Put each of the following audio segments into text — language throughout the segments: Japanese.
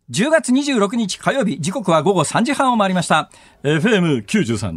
10月26日火曜日、時刻は午後3時半を回りました。 FM93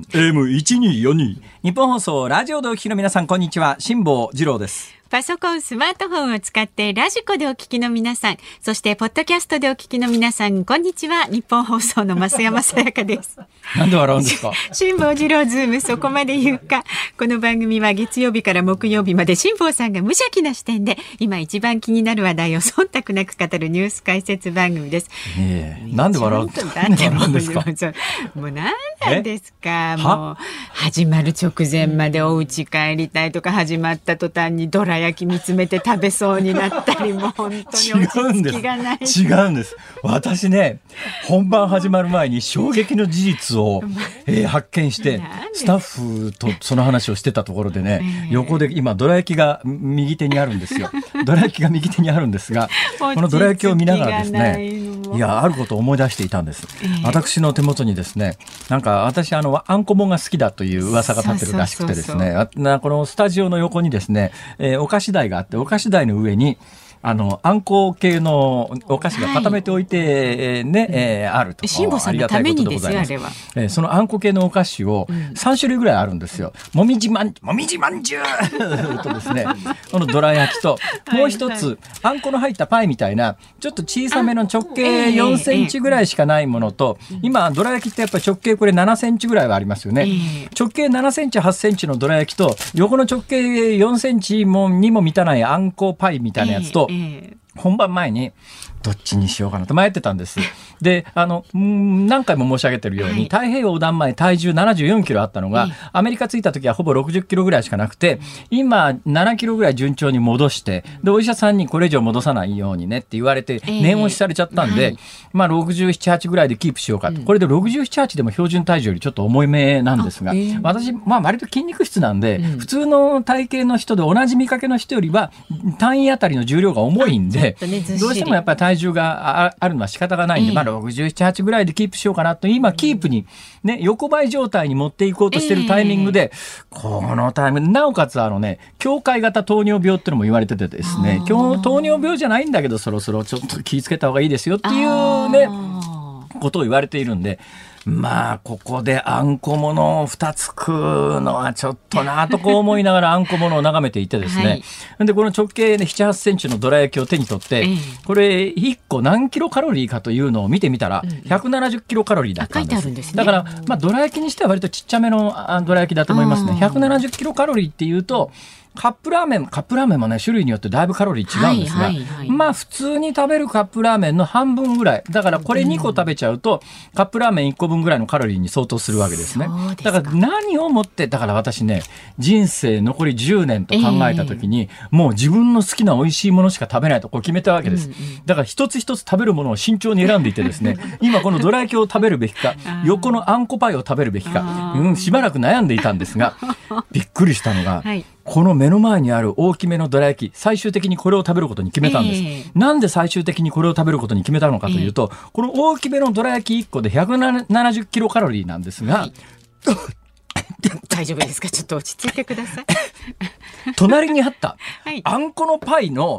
AM1242 日本放送ラジオでお聞きの皆さん、こんにちは。辛坊治郎です。 パソコン、スマートフォンを使ってラジコでお聞きの皆さん、そしてポッドキャストでお聞きの皆さん、こんにちは。日本放送の増山さやかです。 なんで笑うんですか？ 辛坊治郎ズーム、そこまで言うか。この番組は月曜日から木曜日まで辛坊さんが無邪気な視点で今一番気になる話題を忖度なく語るニュース解説番組です。 なんで笑うんですか？ もう何なんですか？もう始まる直前までお家帰りたいとか、始まった途端にドラ焼き見つめて食べそうになったり、もう本当に落ち着きがない。 違うんです。私ね、本番始まる前に衝撃の事実を、発見して、スタッフとその話をしてたところでね、横で今ドラ焼きが右手にあるんですよ。ドラ焼きが右手にあるんですが、このドラ焼きを見ながらですね、いや、あることを思い出していたんです。私の手元にですね、なんか私あんこもんが好きだという噂が立ってるらしくてですね、このスタジオの横にですね、お菓子台があって、お菓子台の上にあんこ系のお菓子が固めておいて、あると。 辛坊さんのためにですよ、あれは。 そのあんこ系のお菓子を3種類ぐらいあるんですよ。もみじまんじゅうとですね、このどら焼きと、もう一つ、あんこの入ったパイみたいな、ちょっと小さめの直径4センチぐらいしかないものと、今、どら焼きってやっぱり直径これ7センチぐらいはありますよね。直径7センチ、8センチのどら焼きと、横の直径4センチにも満たないあんこパイみたいなやつと、本番前にどっちにしようかなと迷ってたんです。で、何回も申し上げてるように、太平洋横断前体重74キロあったのが、アメリカ着いた時はほぼ60キロぐらいしかなくて、今7キロぐらい順調に戻して、で、お医者さんにこれ以上戻さないようにねって言われて、念押しされちゃったんで、67、8ぐらいでキープしようかと。これで67、8でも標準体重よりちょっと重いめなんですが、私、割と筋肉質なんで、普通の体型の人で同じ見かけの人よりは、単位あたりの重量が重いんで、どうしてもやっぱり体重があるのは仕方がないんで、67、8ぐらいでキープしようかなと、今キープにね、横ばい状態に持っていこうとしてるタイミングで、このタイミング、なおかつ境界型糖尿病ってのも言われててですね、糖尿病じゃないんだけど、そろそろちょっと気をつけた方がいいですよっていうね、ことを言われているんで、ここであんこものを2つ食うのはちょっとなとこう思いながらあんこものを眺めていてですね、でこの直径、7、8センチのどら焼きを手に取って、これ1個何キロカロリーかというのを見てみたら、170キロカロリーだったんです。だから、どら焼きにしては割とちっちゃめのどら焼きだと思いますね。170キロカロリーっていうと、カップラーメンもね、種類によってだいぶカロリー違うんですが、普通に食べるカップラーメンの半分ぐらい。だからこれ2個食べちゃうと、カップラーメン1個分ぐらいのカロリーに相当するわけですね。だから何をもって、だから私ね、人生残り10年と考えたときに、もう自分の好きな美味しいものしか食べないとこう決めたわけです。だから一つ一つ食べるものを慎重に選んでいてですね、今このどら焼きを食べるべきか、横のあんこパイを食べるべきか、しばらく悩んでいたんですが、びっくりしたのが、この目の前にある大きめのどら焼き、最終的にこれを食べることに決めたんです。なんで最終的にこれを食べることに決めたのかというと、この大きめのどら焼き1個で170キロカロリーなんですが、 大丈夫ですか？ちょっと落ち着いてください。 隣にあったあんこのパイの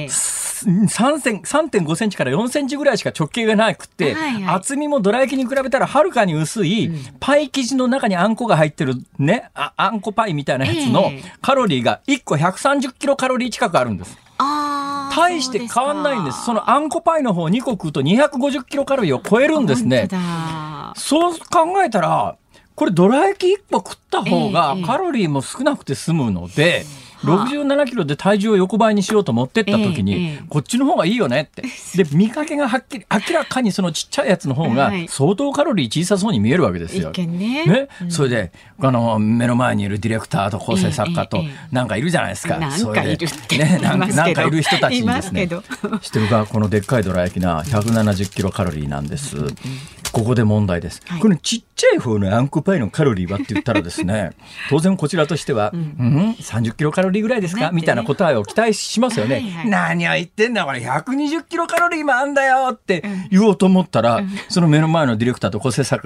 3.5センチから4センチぐらいしか直径がなくて、厚みもどら焼きに比べたらはるかに薄いパイ生地の中にあんこが入ってるね、あんこパイみたいなやつのカロリーが1個130キロカロリー近くあるんです。大して変わんないんです。そのあんこパイの方2個食うと250キロカロリーを超えるんですね。そう考えたら、これドラ焼き1個食った方がカロリーも少なくて済むので、67キロで体重を横ばいにしようと持ってった時に、こっちの方がいいよねって。で、見かけがはっきり、明らかにそのちっちゃいやつの方が相当カロリー小さそうに見えるわけですよ。ね。それで、目の前にいるディレクターと構成作家と、なんかいるじゃないですか。 なんかいるってね、なんかいる人たちにですね、知ってるか、このでっかいどら焼きな170キロカロリーなんです。ここで問題です。このちっちゃい方のあんこパイのカロリーはって言ったらですね、当然こちらとしては、30キロカロリーぐらいですかみたいな答えを期待しますよね。何を言ってんだこれ、120キロカロリーもあんだよって言おうと思ったら、その目の前のディレクターと構成作家が、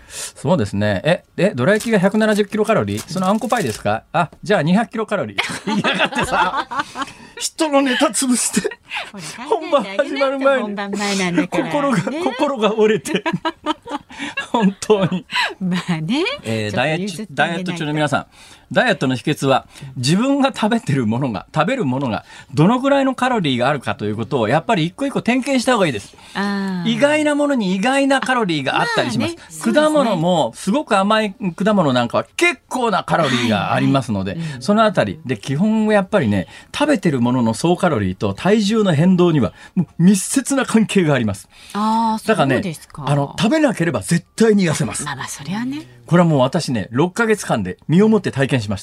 そうですね。どら焼きが170キロカロリー、そのあんこパイですか？あ、じゃあ200キロカロリー。言いやがってさ、人のネタ潰して、本番始まる前に、心が折れて、本当に。 まあね。 ダイエット中の皆さん、ダイエットの秘訣は自分が食べるものがどのぐらいのカロリーがあるかということをやっぱり一個一個点検した方がいいです。意外なものに意外なカロリーがあったりします。果物もすごく甘い果物なんかは結構なカロリーがありますので、そのあたりで基本はやっぱりね、食べてるものの総カロリーと体重の変動にはもう密接な関係があります。 だからね、 食べなければ絶対に痩せます。 まあそれはね。 これはもう私ね、6ヶ月間で身をもって体験しました。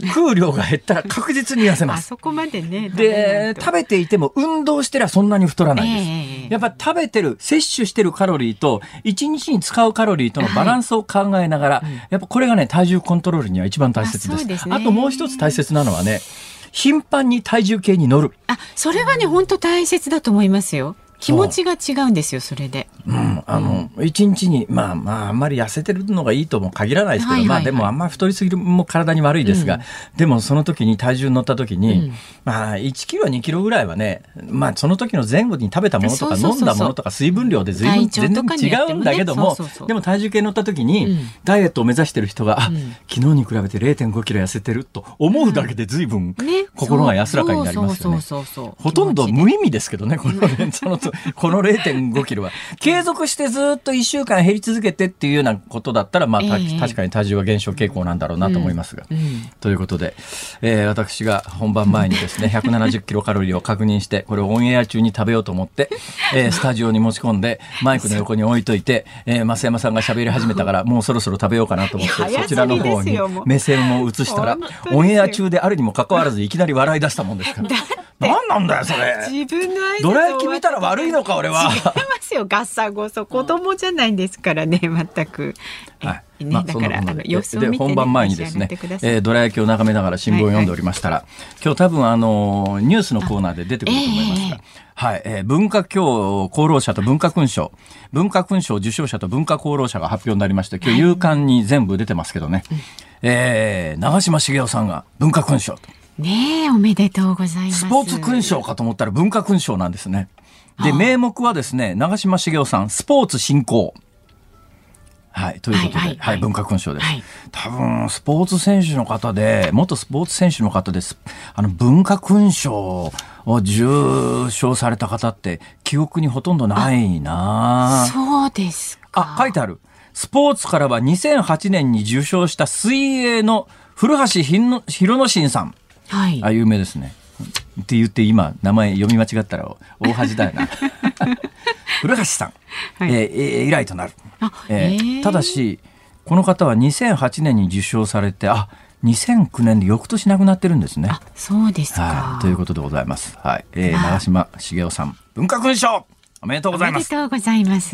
食う量が減ったら確実に痩せます。 あそこまでね。 で、食べていても運動してりゃそんなに太らないです。やっぱ食べてる、摂取してるカロリーと1日に使うカロリーとのバランスを考えながら、やっぱこれがね、体重コントロールには一番大切です。あともう一つ大切なのはね、頻繁に体重計に乗る。 それはね、本当大切だと思いますよ。気持ちが違うんですよ、それで。 一日に、あんまり痩せてるのがいいとも限らないですけど、でもあんまり太りすぎるも体に悪いですが、でもその時に体重に乗った時に、1キロ2キロぐらいはね、その時の前後に食べたものとか飲んだものとか水分量で全然違うんだけども、でも体重計に乗った時に、ダイエットを目指してる人が、昨日に比べて 0.5 キロ痩せてると思うだけで随分心が安らかになりますよね。ほとんど無意味ですけどね、この 0.5 キロは継続してずっと1週間減り続けてっていうようなことだったら、確かに体重は減少傾向なんだろうなと思いますが、ということで、私が本番前にですね170キロカロリーを確認して、これをオンエア中に食べようと思って、スタジオに持ち込んでマイクの横に置いといて、増山さんが喋り始めたからもうそろそろ食べようかなと思ってそちらの方に目線を移したら、オンエア中であるにもかかわらずいきなり笑い出したもんですから。何なんだよそれ。 自分の挨拶どら焼き見たら悪いのか俺は。 違いますよ、ガッサゴソ子供じゃないんですからね、全く。だから様子を見て、 本番前にですね、どら焼きを眺めながら新聞を読んでおりましたら、今日多分ニュースのコーナーで出てくると思いますが、文化功労者と文化勲章受章者と文化功労者が発表になりまして、今日夕刊に全部出てますけどね、長嶋茂雄さんが文化勲章と。 ねえ、おめでとうございます。 スポーツ勲章かと思ったら文化勲章なんですね。で、名目はですね、長嶋茂雄さんスポーツ振興、ということで、文化勲章です。多分スポーツ選手の方で、元スポーツ選手の方です。文化勲章を受章された方って記憶にほとんどないな。 そうですか。 書いてある。スポーツからは2008年に受章した水泳の古橋弘之進さん。有名ですね。って言って今名前読み間違ったら大恥だよな。古橋さん、以来となる。ただしこの方は2008年に受章されて、2009年で翌年亡くなってるんですね。 そうですか。 ということでございます。長嶋茂雄さん文化勲章おめでとうございます。 おめでとうございます。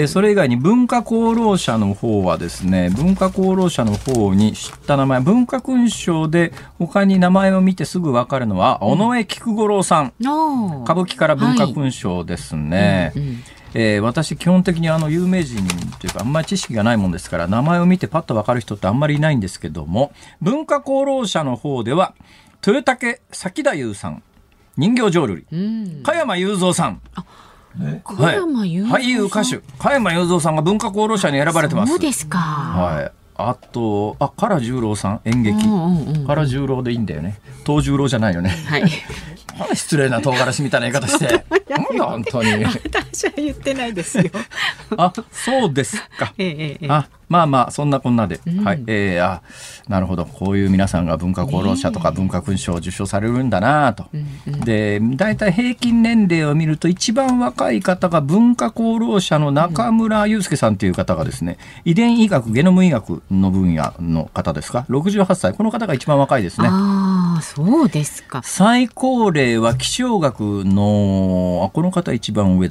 それ以外に文化功労者の方はですね、文化功労者の方に知った名前、文化勲章で他に名前を見てすぐ分かるのは、尾上菊五郎さん、歌舞伎から文化勲章ですね。私基本的に有名人というかあんまり知識がないもんですから、名前を見てパッと分かる人ってあんまりいないんですけども、文化功労者の方では豊竹崎太夫さん、人形浄瑠璃、加山雄三さん、俳優歌手加山雄三さんが文化功労者に選ばれてます。 そうですか。 あと唐十郎さん、演劇、唐十郎でいいんだよね、東十郎じゃないよね。失礼な唐辛子みたいな言い方して本当に。 私は言ってないですよ。 そうですか。そんなこんなで、なるほど、こういう皆さんが文化功労者とか文化勲章を受章されるんだなと。で、だいたい平均年齢を見ると一番若い方が文化功労者の中村祐介さんという方がですね、遺伝医学ゲノム医学の分野の方ですか、68歳、この方が一番若いですね。 そうですか。 最高齢は気象学のこの方一番上だな、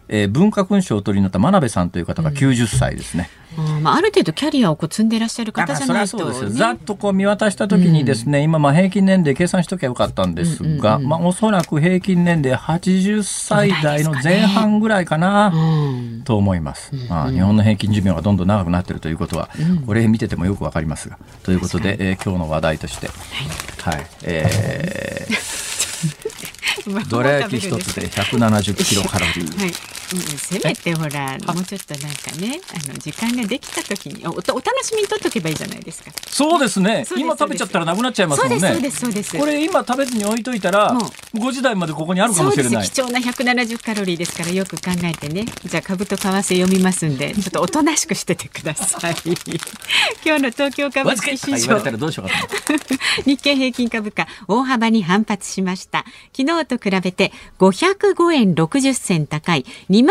文化勲章を取りになった真鍋さんという方が90歳ですね。 ある程度キャリアを積んでいらっしゃる方じゃないと、 それはそうですよ。ざっと見渡した時にですね、今平均年齢計算しときゃよかったんですが、おそらく平均年齢80歳代の前半ぐらいかなと思います。日本の平均寿命がどんどん長くなっているということは、これ見ててもよくわかりますが、ということで、今日の話題として、どら焼き一つで170キロカロリー。 せめてほらもうちょっとなんかね、時間ができた時にお楽しみにとっとけばいいじゃないですか。 そうですね。今食べちゃったらなくなっちゃいますもんね。 そうです。 これ今食べずに置いといたら5時台までここにあるかもしれない。 貴重な170カロリーですからよく考えてね。じゃあ株と為替読みますんでちょっとおとなしくしててください。今日の東京株式市場言われたらどうしようかと日経平均株価大幅に反発しました。昨日と比べて505円60銭高い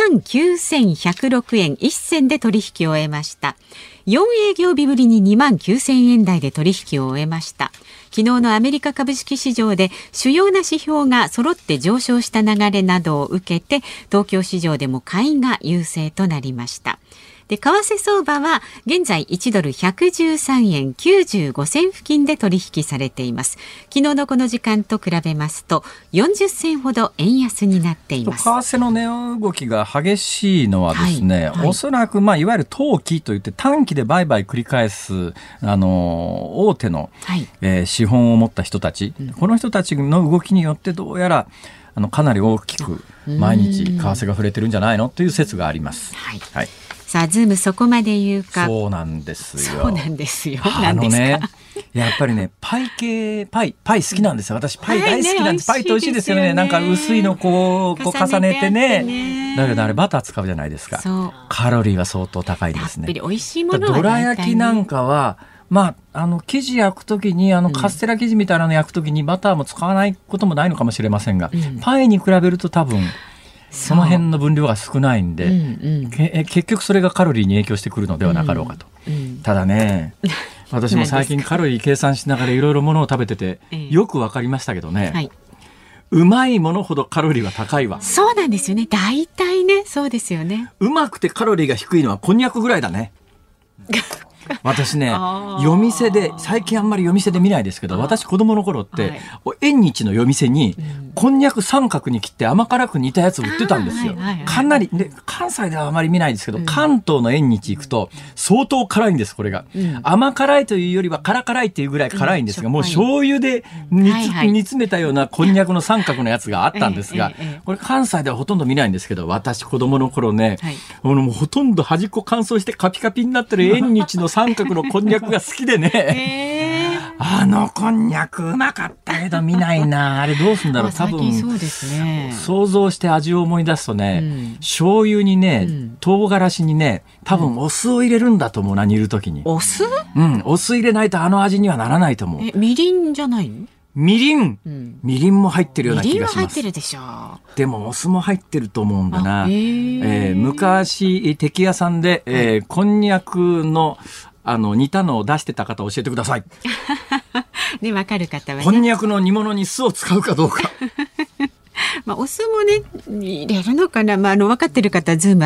29,106円1銭で取引を終えました。4営業日ぶりに29,000円台で取引を終えました。昨日のアメリカ株式市場で主要な指標が揃って上昇した流れなどを受けて東京市場でも買いが優勢となりました。で、為替相場は現在1ドル113円95銭付近で取引されています。昨日のこの時間と比べますと40銭ほど円安になっています。 為替の値動きが激しいのはですね、おそらくいわゆる投機といって短期で売買繰り返す大手の、資本を持った人たち、この人たちの動きによってどうやらかなり大きく毎日為替が触れてるんじゃないのという説があります。 さあズームそこまで言うか。 そうなんですよ。 何ですか。 やっぱりねパイ好きなんですよ。私パイ大好きなんです。パイって美味しいですよね。なんか薄いのこう重ねてね。だけどあれバター使うじゃないですか。カロリーが相当高いですね。 美味しいものはどら焼きなんかは生地焼くときにカステラ生地みたいなの焼くときにバターも使わないこともないのかもしれませんが、パイに比べると多分その辺の分量が少ないんで、結局それがカロリーに影響してくるのではなかろうかと。ただね私も最近カロリー計算しながらいろいろものを食べててよく分かりましたけどね、うまいものほどカロリーは高いわ。 そうなんですよね。大体ねそうですよね。 うまくてカロリーが低いのはこんにゃくぐらいだね。私ね夜店で最近あんまり夜店で見ないですけど、私子供の頃って、縁日の夜店に、こんにゃく三角に切って甘辛く煮たやつ売ってたんですよ。かなりで関西ではあまり見ないですけど、関東の縁日行くと相当辛いんです。これが、甘辛いというよりは辛いっていうぐらい辛いんですが、もう醤油で煮詰めたようなこんにゃくの三角のやつがあったんですが、これ関西ではほとんど見ないんですけど、私子供の頃ね、もうほとんど端っこ乾燥してカピカピになってる縁日の三角のこんにゃくが好きでね、こんにゃくうまかったけど見ないな。あれどうすんだろう。多分そうですね。 想像して味を思い出すとね、醤油にね、唐辛子にね、多分お酢を入れるんだと思うな、煮るときに。 お酢？ お酢入れないと味にはならないと思う。 みりんじゃないの？ みりんも入ってるような気がします。 みりんは入ってるでしょう。 でもお酢も入ってると思うんだな。昔敵屋さんで、こんにゃくの煮たのを出してた方教えてください。 ね、分かる方はね。 こんにゃくの煮物に酢を使うかどうか。 お酢もね入れるのかな。分かってる方はズーム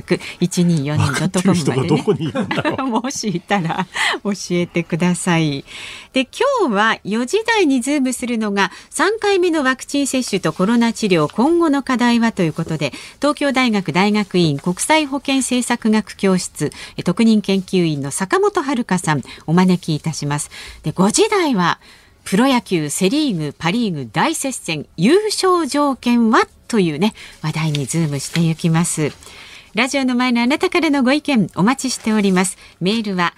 @1242.com までね。 どこにいるんだろう。 もしいたら教えてください。で、今日は4時台にズームするのが3回目のワクチン接種とコロナ治療今後の課題はということで、東京大学大学院国際保健政策学教室特任研究員の坂本遥さんお招きいたします。で、5時台はプロ野球セリーグパリーグ大接戦優勝条件はというね話題にズームしていきます。ラジオの前のあなたからのご意見お待ちしております。メールは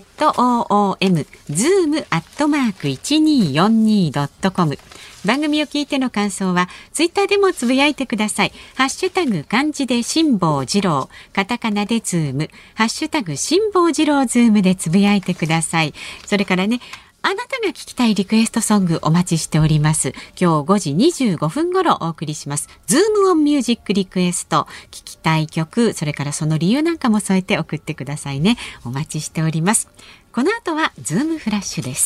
zoom@1242.com。 番組を聞いての感想はツイッターでもつぶやいてください。ハッシュタグ漢字で辛坊治郎、カタカナでズーム、ハッシュタグ辛坊治郎ズームでつぶやいてください。それからね、あなたが聞きたいリクエストソングお待ちしております。今日5時25分頃お送りします。ズームオンミュージックリクエスト、聞きたい曲、それからその理由なんかも添えて送ってくださいね。お待ちしております。この後はズームフラッシュです。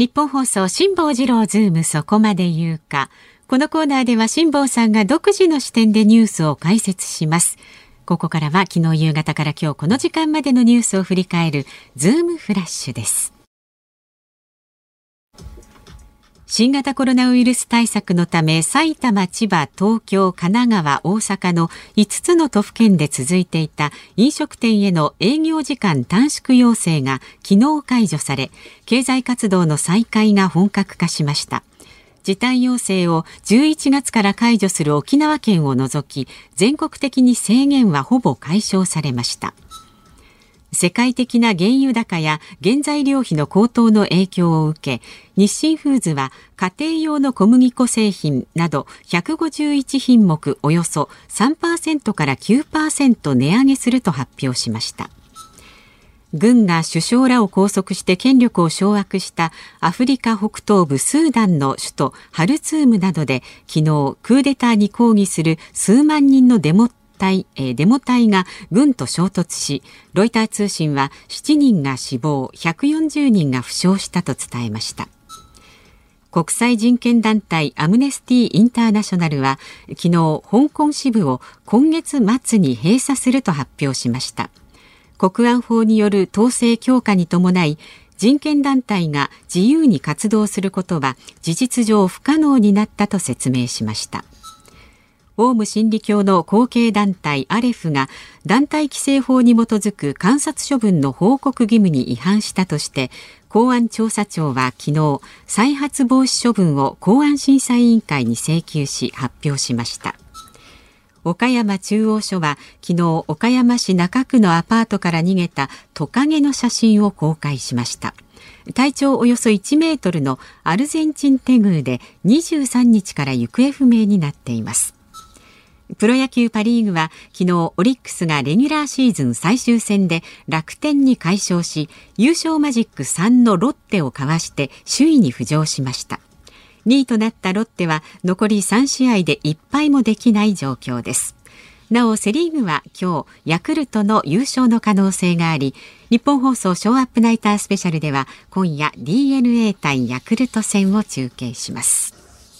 日本放送辛坊治郎ズームそこまで言うか。このコーナーでは辛坊さんが独自の視点でニュースを解説します。ここからは昨日夕方から今日この時間までのニュースを振り返るズームフラッシュです。新型コロナウイルス対策のため埼玉、千葉、東京、神奈川、大阪の5つの都府県で続いていた飲食店への営業時間短縮要請が昨日解除され、経済活動の再開が本格化しました。時短要請を11月から解除する沖縄県を除き、全国的に制限はほぼ解消されました。世界的な原油高や原材料費の高騰の影響を受け、日清フーズは家庭用の小麦粉製品など151品目およそ 3% から 9% 値上げすると発表しました。軍が首相らを拘束して権力を掌握したアフリカ北東部スーダンの首都ハルツームなどで昨日クーデターに抗議する数万人のデモ隊が軍と衝突し、ロイター通信は7人が死亡、140人が負傷したと伝えました。国際人権団体アムネスティ・インターナショナルは昨日香港支部を今月末に閉鎖すると発表しました。国安法による統制強化に伴い、人権団体が自由に活動することは事実上不可能になったと説明しました。オウム真理教の後継団体アレフが団体規制法に基づく監察処分の報告義務に違反したとして公安調査庁は昨日再発防止処分を公安審査委員会に請求し発表しました。岡山中央署は昨日岡山市中区のアパートから逃げたトカゲの写真を公開しました。体長およそ1メートルのアルゼンチンテグーで23日から行方不明になっています。プロ野球パリーグは昨日オリックスがレギュラーシーズン最終戦で楽天に快勝し、優勝マジック3のロッテをかわして首位に浮上しました。2位となったロッテは残り3試合で1敗もできない状況です。なおセリーグは今日ヤクルトの優勝の可能性があり、日本放送ショーアップナイタースペシャルでは今夜 DNA 対ヤクルト戦を中継します。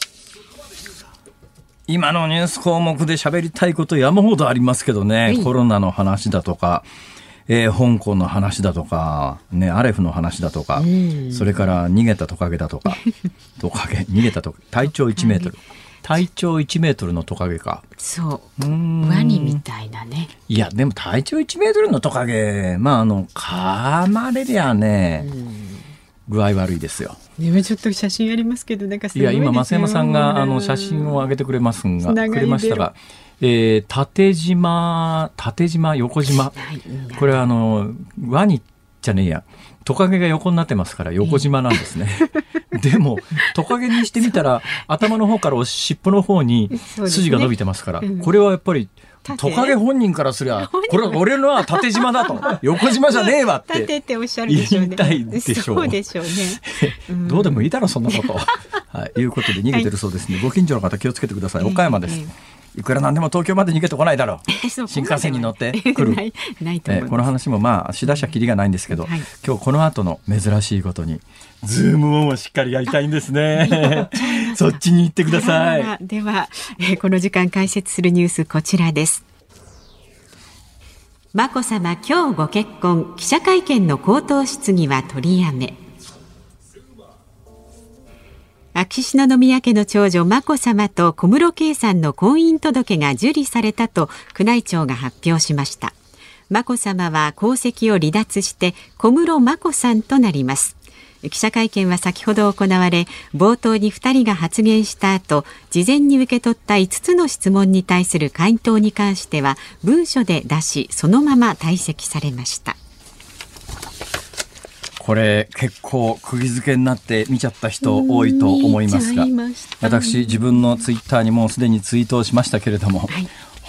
今のニュース項目で喋りたいこと山ほどありますけどね、コロナの話だとか、香港の話だとか、ね、アレフの話だとか、それから逃げたトカゲだとか逃げたトカゲ体長1メートル、体長1メートルのトカゲか。 そう、ワニみたいなね。 いやでも体長1メートルのトカゲ、噛まれりゃね、具合悪いですよ。 今ちょっと写真ありますけど、なんかすごいですよ。 いや今増山さんが写真を上げてくれますがくれましたが、縦縞横縞、これはワニじゃねえや、トカゲが横になってますから横縞なんですね。でもトカゲにしてみたら頭の方から尻尾の方に筋が伸びてますから、これはやっぱりトカゲ本人からすりゃこれは俺のは縦縞だと横縞じゃねえわって縦っておっしゃるでしょうね。 言いたいでしょう。 そうでしょうね。 どうでもいいだろそんなこと。はい、いうことで逃げてるそうですね。ご近所の方気をつけてください。岡山です。いくらなんでも東京まで逃げてこないだろう。新幹線に乗ってくる。 ないと思います。 この話もしだしゃきりがないんですけど、今日この後の珍しいことにズームオンをしっかりやりたいんですね。そっちに行ってください。 では、この時間解説するニュースこちらです。眞子さま今日ご結婚、記者会見の口頭質疑は取りやめ。秋篠宮家の長女眞子さまと小室圭さんの婚姻届が受理されたと宮内庁が発表しました。眞子さまは皇籍を離脱して小室眞子さんとなります。記者会見は先ほど行われ、冒頭に2人が発言した後、事前に受け取った5つの質問に対する回答に関しては文書で出し、そのまま退席されました。 これ結構釘付けになって見ちゃった人多いと思いますが、私自分のツイッターにもうすでにツイートをしましたけれども、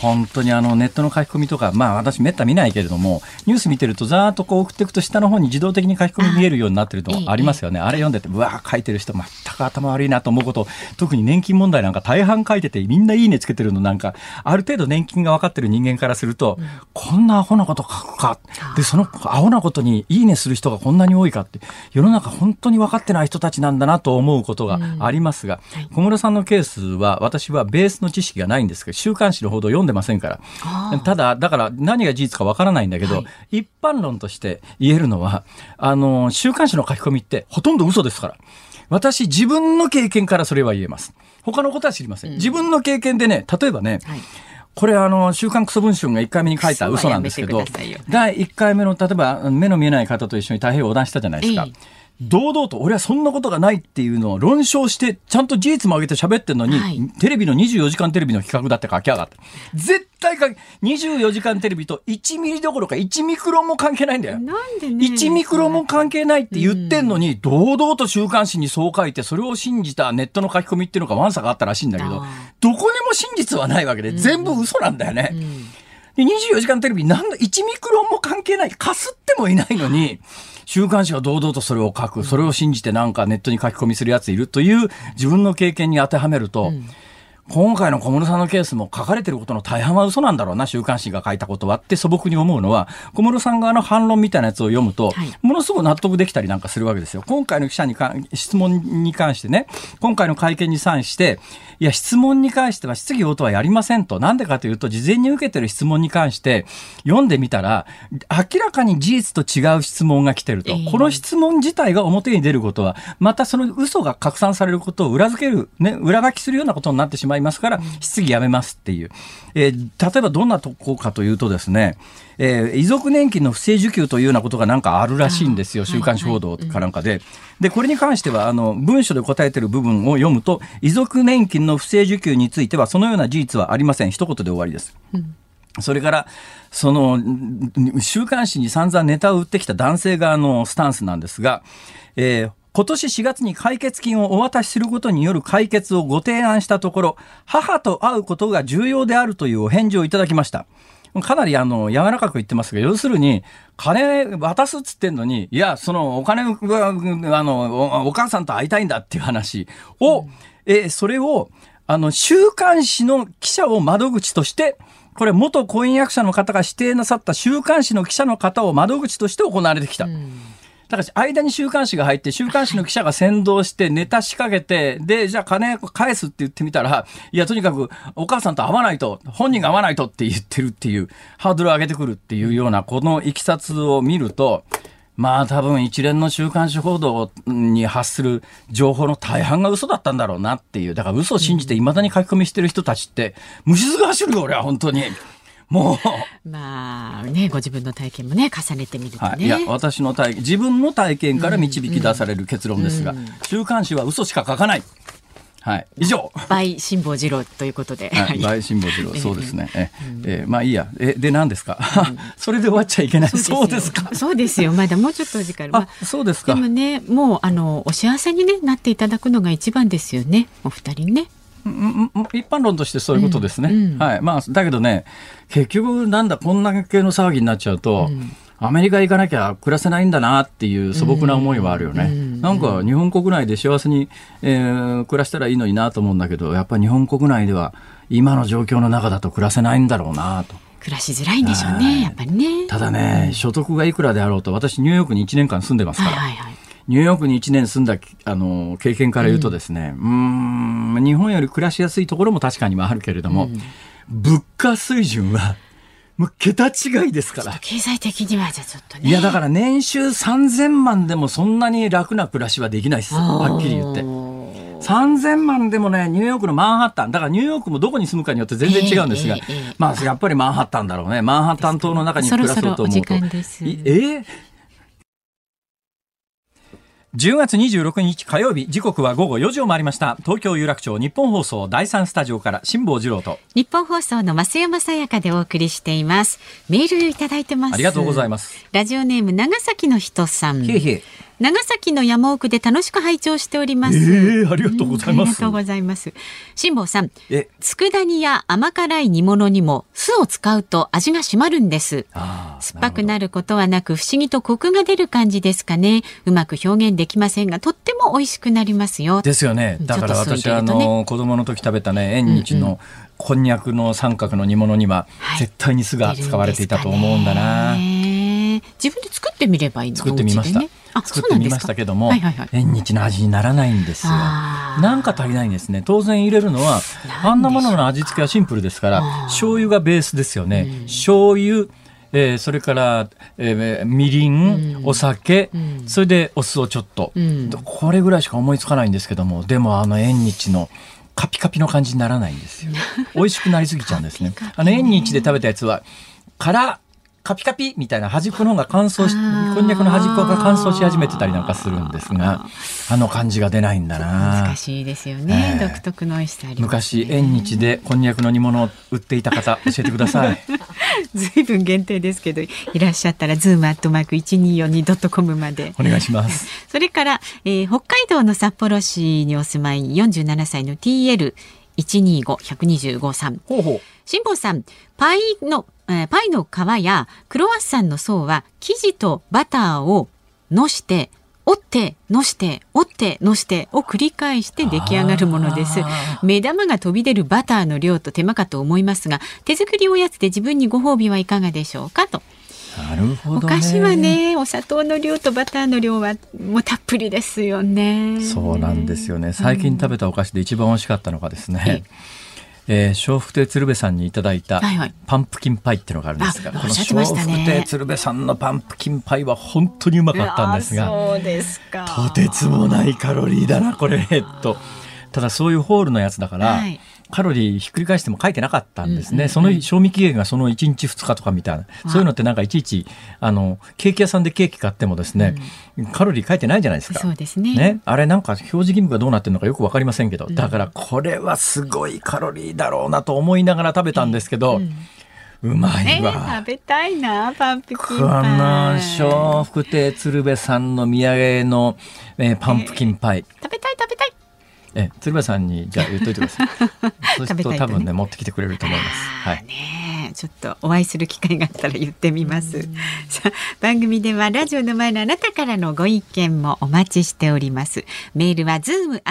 本当にネットの書き込みとか、私めった見ないけれども、ニュース見てるとざーっとこう送っていくと下の方に自動的に書き込み見えるようになってるのありますよね。あれ読んでて、うわー書いてる人全く頭悪いなと思うこと、特に年金問題なんか大半書いてて、みんないいねつけてるのなんか、ある程度年金が分かってる人間からすると、こんなアホなこと書くか。で、そのアホなことにいいねする人がこんなに多いかって、世の中本当に分かってない人たちなんだなと思うことがありますが、小室さんのケースは私はベースの知識がないんですけど、週刊誌の報道を読んでませんから。ただ、だから何が事実か分からないんだけど、一般論として言えるのは、週刊誌の書き込みってほとんど嘘ですから。私、自分の経験からそれは言えます。他のことは知りません。自分の経験でね、例えばね、これ週刊クソ文春が1回目に書いた嘘なんですけど、第1回目の例えば目の見えない方と一緒に太平洋横断したじゃないですか。堂々と俺はそんなことがないっていうのを論証してちゃんと事実も上げて喋ってるのに、テレビの24時間テレビの企画だって書き上がった。絶対24時間テレビと1ミリどころか1ミクロンも関係ないんだよ。 なんでね、 1ミクロンも関係ないって言ってんのに、堂々と週刊誌にそう書いてそれを信じたネットの書き込みっていうのがわんさかあったらしいんだけど、どこにも真実はないわけで、全部嘘なんだよね。で24時間テレビ1ミクロンも関係ない、かすってもいないのに、週刊誌が堂々とそれを書く、それを信じてなんかネットに書き込みするやついるという自分の経験に当てはめると、今回の小室さんのケースも書かれてることの大半は嘘なんだろうな、週刊誌が書いたことはって素朴に思うのは、小室さん側の反論みたいなやつを読むと、ものすごく納得できたりなんかするわけですよ。今回の記者に質問に関してね、今回の会見に関して、いや質問に関しては質疑応答はやりませんと。なんでかというと、事前に受けてる質問に関して読んでみたら明らかに事実と違う質問が来てると、この質問自体が表に出ることはまたその嘘が拡散されることを裏付ける、裏書きするようなことになってしまいますから、質疑やめますっていう、例えばどんなとこかというとですね、遺族年金の不正受給というようなことがなんかあるらしいんですよ、週刊誌報道かなんかで。でこれに関しては文書で答えている部分を読むと、遺族年金の不正受給についてはそのような事実はありません、一言で終わりです。それからその週刊誌に散々ネタを売ってきた男性側のスタンスなんですが、今年4月に解決金をお渡しすることによる解決をご提案したところ、母と会うことが重要であるというお返事をいただきました。かなり柔らかく言ってますが、要するに金渡すっつってんのに、いやそのお金はお母さんと会いたいんだっていう話を、それを週刊誌の記者を窓口として、これ元婚姻役者の方が指定なさった週刊誌の記者の方を窓口として行われてきた。だから間に週刊誌が入って、週刊誌の記者が先導してネタ仕掛けて、でじゃあ金返すって言ってみたら、いやとにかくお母さんと会わないと、本人が会わないとって言ってるっていう、ハードルを上げてくるっていうようなこのいきさつを見ると、多分一連の週刊誌報道に発する情報の大半が嘘だったんだろうなっていう。だから嘘を信じて未だに書き込みしてる人たちって虫ずが走るよ、俺は本当に。もうご自分の体験もね重ねてみるとね、 いや私の自分の体験から導き出される結論ですが、週刊誌は嘘しか書かない。以上。 倍辛坊治郎ということで。 倍辛坊治郎、そうですね。いいや。で何ですか。それで終わっちゃいけない。そうですか。 そうですよ。まだもうちょっとお時間ある。 そうですか。 でもね、もうお幸せに、なっていただくのが一番ですよね。お二人ね。 一般論としてそういうことですね。だけどね、結局こんな系の騒ぎになっちゃうと、アメリカ行かなきゃ暮らせないんだなっていう素朴な思いはあるよね。なんか日本国内で幸せに、暮らしたらいいのになと思うんだけど、やっぱり日本国内では今の状況の中だと暮らせないんだろうなと。 暮らしづらいんでしょうね、やっぱりね。 ただね、所得がいくらであろうと、私ニューヨークに1年間住んでますから、ニューヨークに1年住んだ経験から言うとですね、日本より暮らしやすいところも確かにはあるけれども、物価水準はもう桁違いですから。 経済的にはじゃあちょっとね。 いやだから年収3000万でもそんなに楽な暮らしはできないです、はっきり言って。3000万でもね、ニューヨークのマンハッタン、だからニューヨークもどこに住むかによって全然違うんですが、やっぱりマンハッタンだろうね。マンハッタン島の中に暮らそうと思うと。 そろそろお時間です。 10月26日火曜日、時刻は午後4時を回りました。東京有楽町日本放送第3スタジオから辛坊治郎と日本放送の増山さやかでお送りしています。メールいただいてます。 ありがとうございます。 ラジオネーム長崎の人さん。 長崎の山奥で楽しく拝聴しております。 ありがとうございます。 ありがとうございます。辛坊さん、佃煮や甘辛い煮物にも酢を使うと味が締まるんです。酸っぱくなることはなく、不思議とコクが出る感じですかね。うまく表現できませんが、とっても美味しくなりますよ。 ですよね。だから私は子供の時食べたね、縁日のこんにゃくの三角の煮物には絶対に酢が使われていたと思うんだな。 自分で作ってみればいいの？ 作ってみました。作ってみましたけども、縁日の味にならないんですよ。なんか足りないんですね。当然入れるのはあんなものの味付けはシンプルですから、醤油がベースですよね。醤油、それから、みりん、お酒、それでお酢をちょっと、これぐらいしか思いつかないんですけども、でも縁日のカピカピの感じにならないんですよ。美味しくなりすぎちゃうんですね。縁日で食べたやつはカピカピみたいな端っこの方が乾燥し、こんにゃくの端っこが乾燥し始めてたりなんかするんですが、感じが出ないんだな。 難しいですよね。独特の美味しさありますね。 昔縁日でこんにゃくの煮物を売っていた方、教えてください。 ずいぶん限定ですけど、いらっしゃったらzoom@1242.com までお願いします。 それから、北海道の札幌市にお住まい47歳の TL125-125 さん。辛坊さん、パイの皮やクロワッサンの層は生地とバターをのして折ってのして折ってのしてを繰り返して出来上がるものです。目玉が飛び出るバターの量と手間かと思いますが、手作りおやつで自分にご褒美はいかがでしょうかと。 なるほどね。 お菓子はね、お砂糖の量とバターの量はもうたっぷりですよね。 そうなんですよね。最近食べたお菓子で一番美味しかったのがですね、笑福亭鶴瓶さんにいただいたパンプキンパイっていうのがあるんですが、この笑福亭鶴瓶さんのパンプキンパイは本当にうまかったんですが、 そうですか。 とてつもないカロリーだなこれただそういうホールのやつだから、カロリーひっくり返しても書いてなかったんですね。その賞味期限がその1日2日とかみたいな、そういうのってなんかいちいちケーキ屋さんでケーキ買ってもですね、カロリー書いてないじゃないですか。 そうですね。 あれなんか表示義務がどうなってるのかよく分かりませんけど、だからこれはすごいカロリーだろうなと思いながら食べたんですけど、うまいわ。 食べたいな、パンプキンパイ。 この笑福亭鶴瓶さんの土産の、パンプキンパイ、 食べたい。 鶴瓶さんにじゃあ言っといてください。そうすると多分ね持ってきてくれると思います。 ちょっとお会いする機会があったら言ってみます。さあ、番組ではラジオの前のあなたからのご意見もお待ちしております。メールは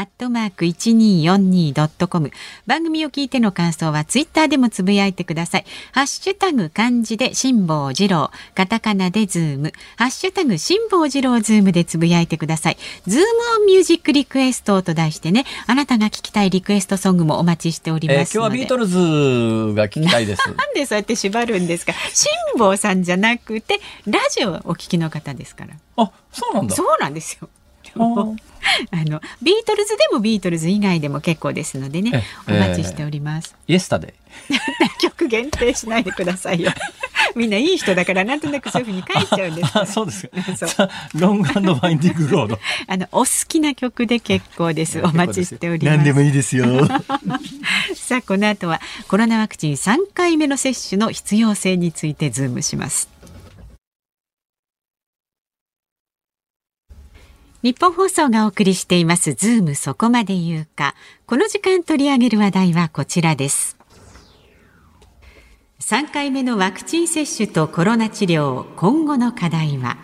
zoom@1242.com。番組を聞いての感想はツイッターでもつぶやいてください。ハッシュタグ漢字で辛坊治郎、カタカナでズーム、ハッシュタグ辛坊治郎ズームでつぶやいてください。ズームオンミュージックリクエストと題してね、あなたが聞きたいリクエストソングもお待ちしておりますので、 今日はビートルズが聞きたいです。 なんでそうやって縛るんですか。辛坊さんじゃなくてラジオをお聞きの方ですから。 そうなんだ。 そうなんですよ。ビートルズでもビートルズ以外でも結構ですのでね、お待ちしております。 イエスタデイ曲限定しないでくださいよ。みんないい人だからなんとなくそういうふうに書いちゃうんです。 そうですか。ロング&ワインディングロードお好きな曲で結構です。お待ちしております。 何でもいいですよ。 さあ、この後はコロナワクチン3回目の接種の必要性についてズームします。日本放送がお送りしていますズームそこまで言うか。この時間取り上げる話題はこちらです。3回目のワクチン接種とコロナ治療、今後の課題は。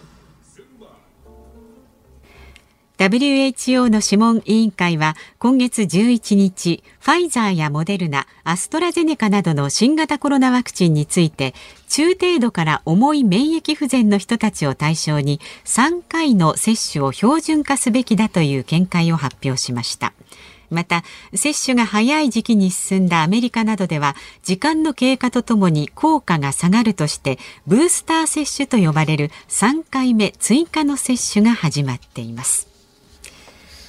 WHO の諮問委員会は今月11日、ファイザーやモデルナ、アストラゼネカなどの新型コロナワクチンについて、中程度から重い免疫不全の人たちを対象に3回の接種を標準化すべきだという見解を発表しました。また、接種が早い時期に進んだアメリカなどでは、時間の経過とともに効果が下がるとして、ブースター接種と呼ばれる3回目追加の接種が始まっています。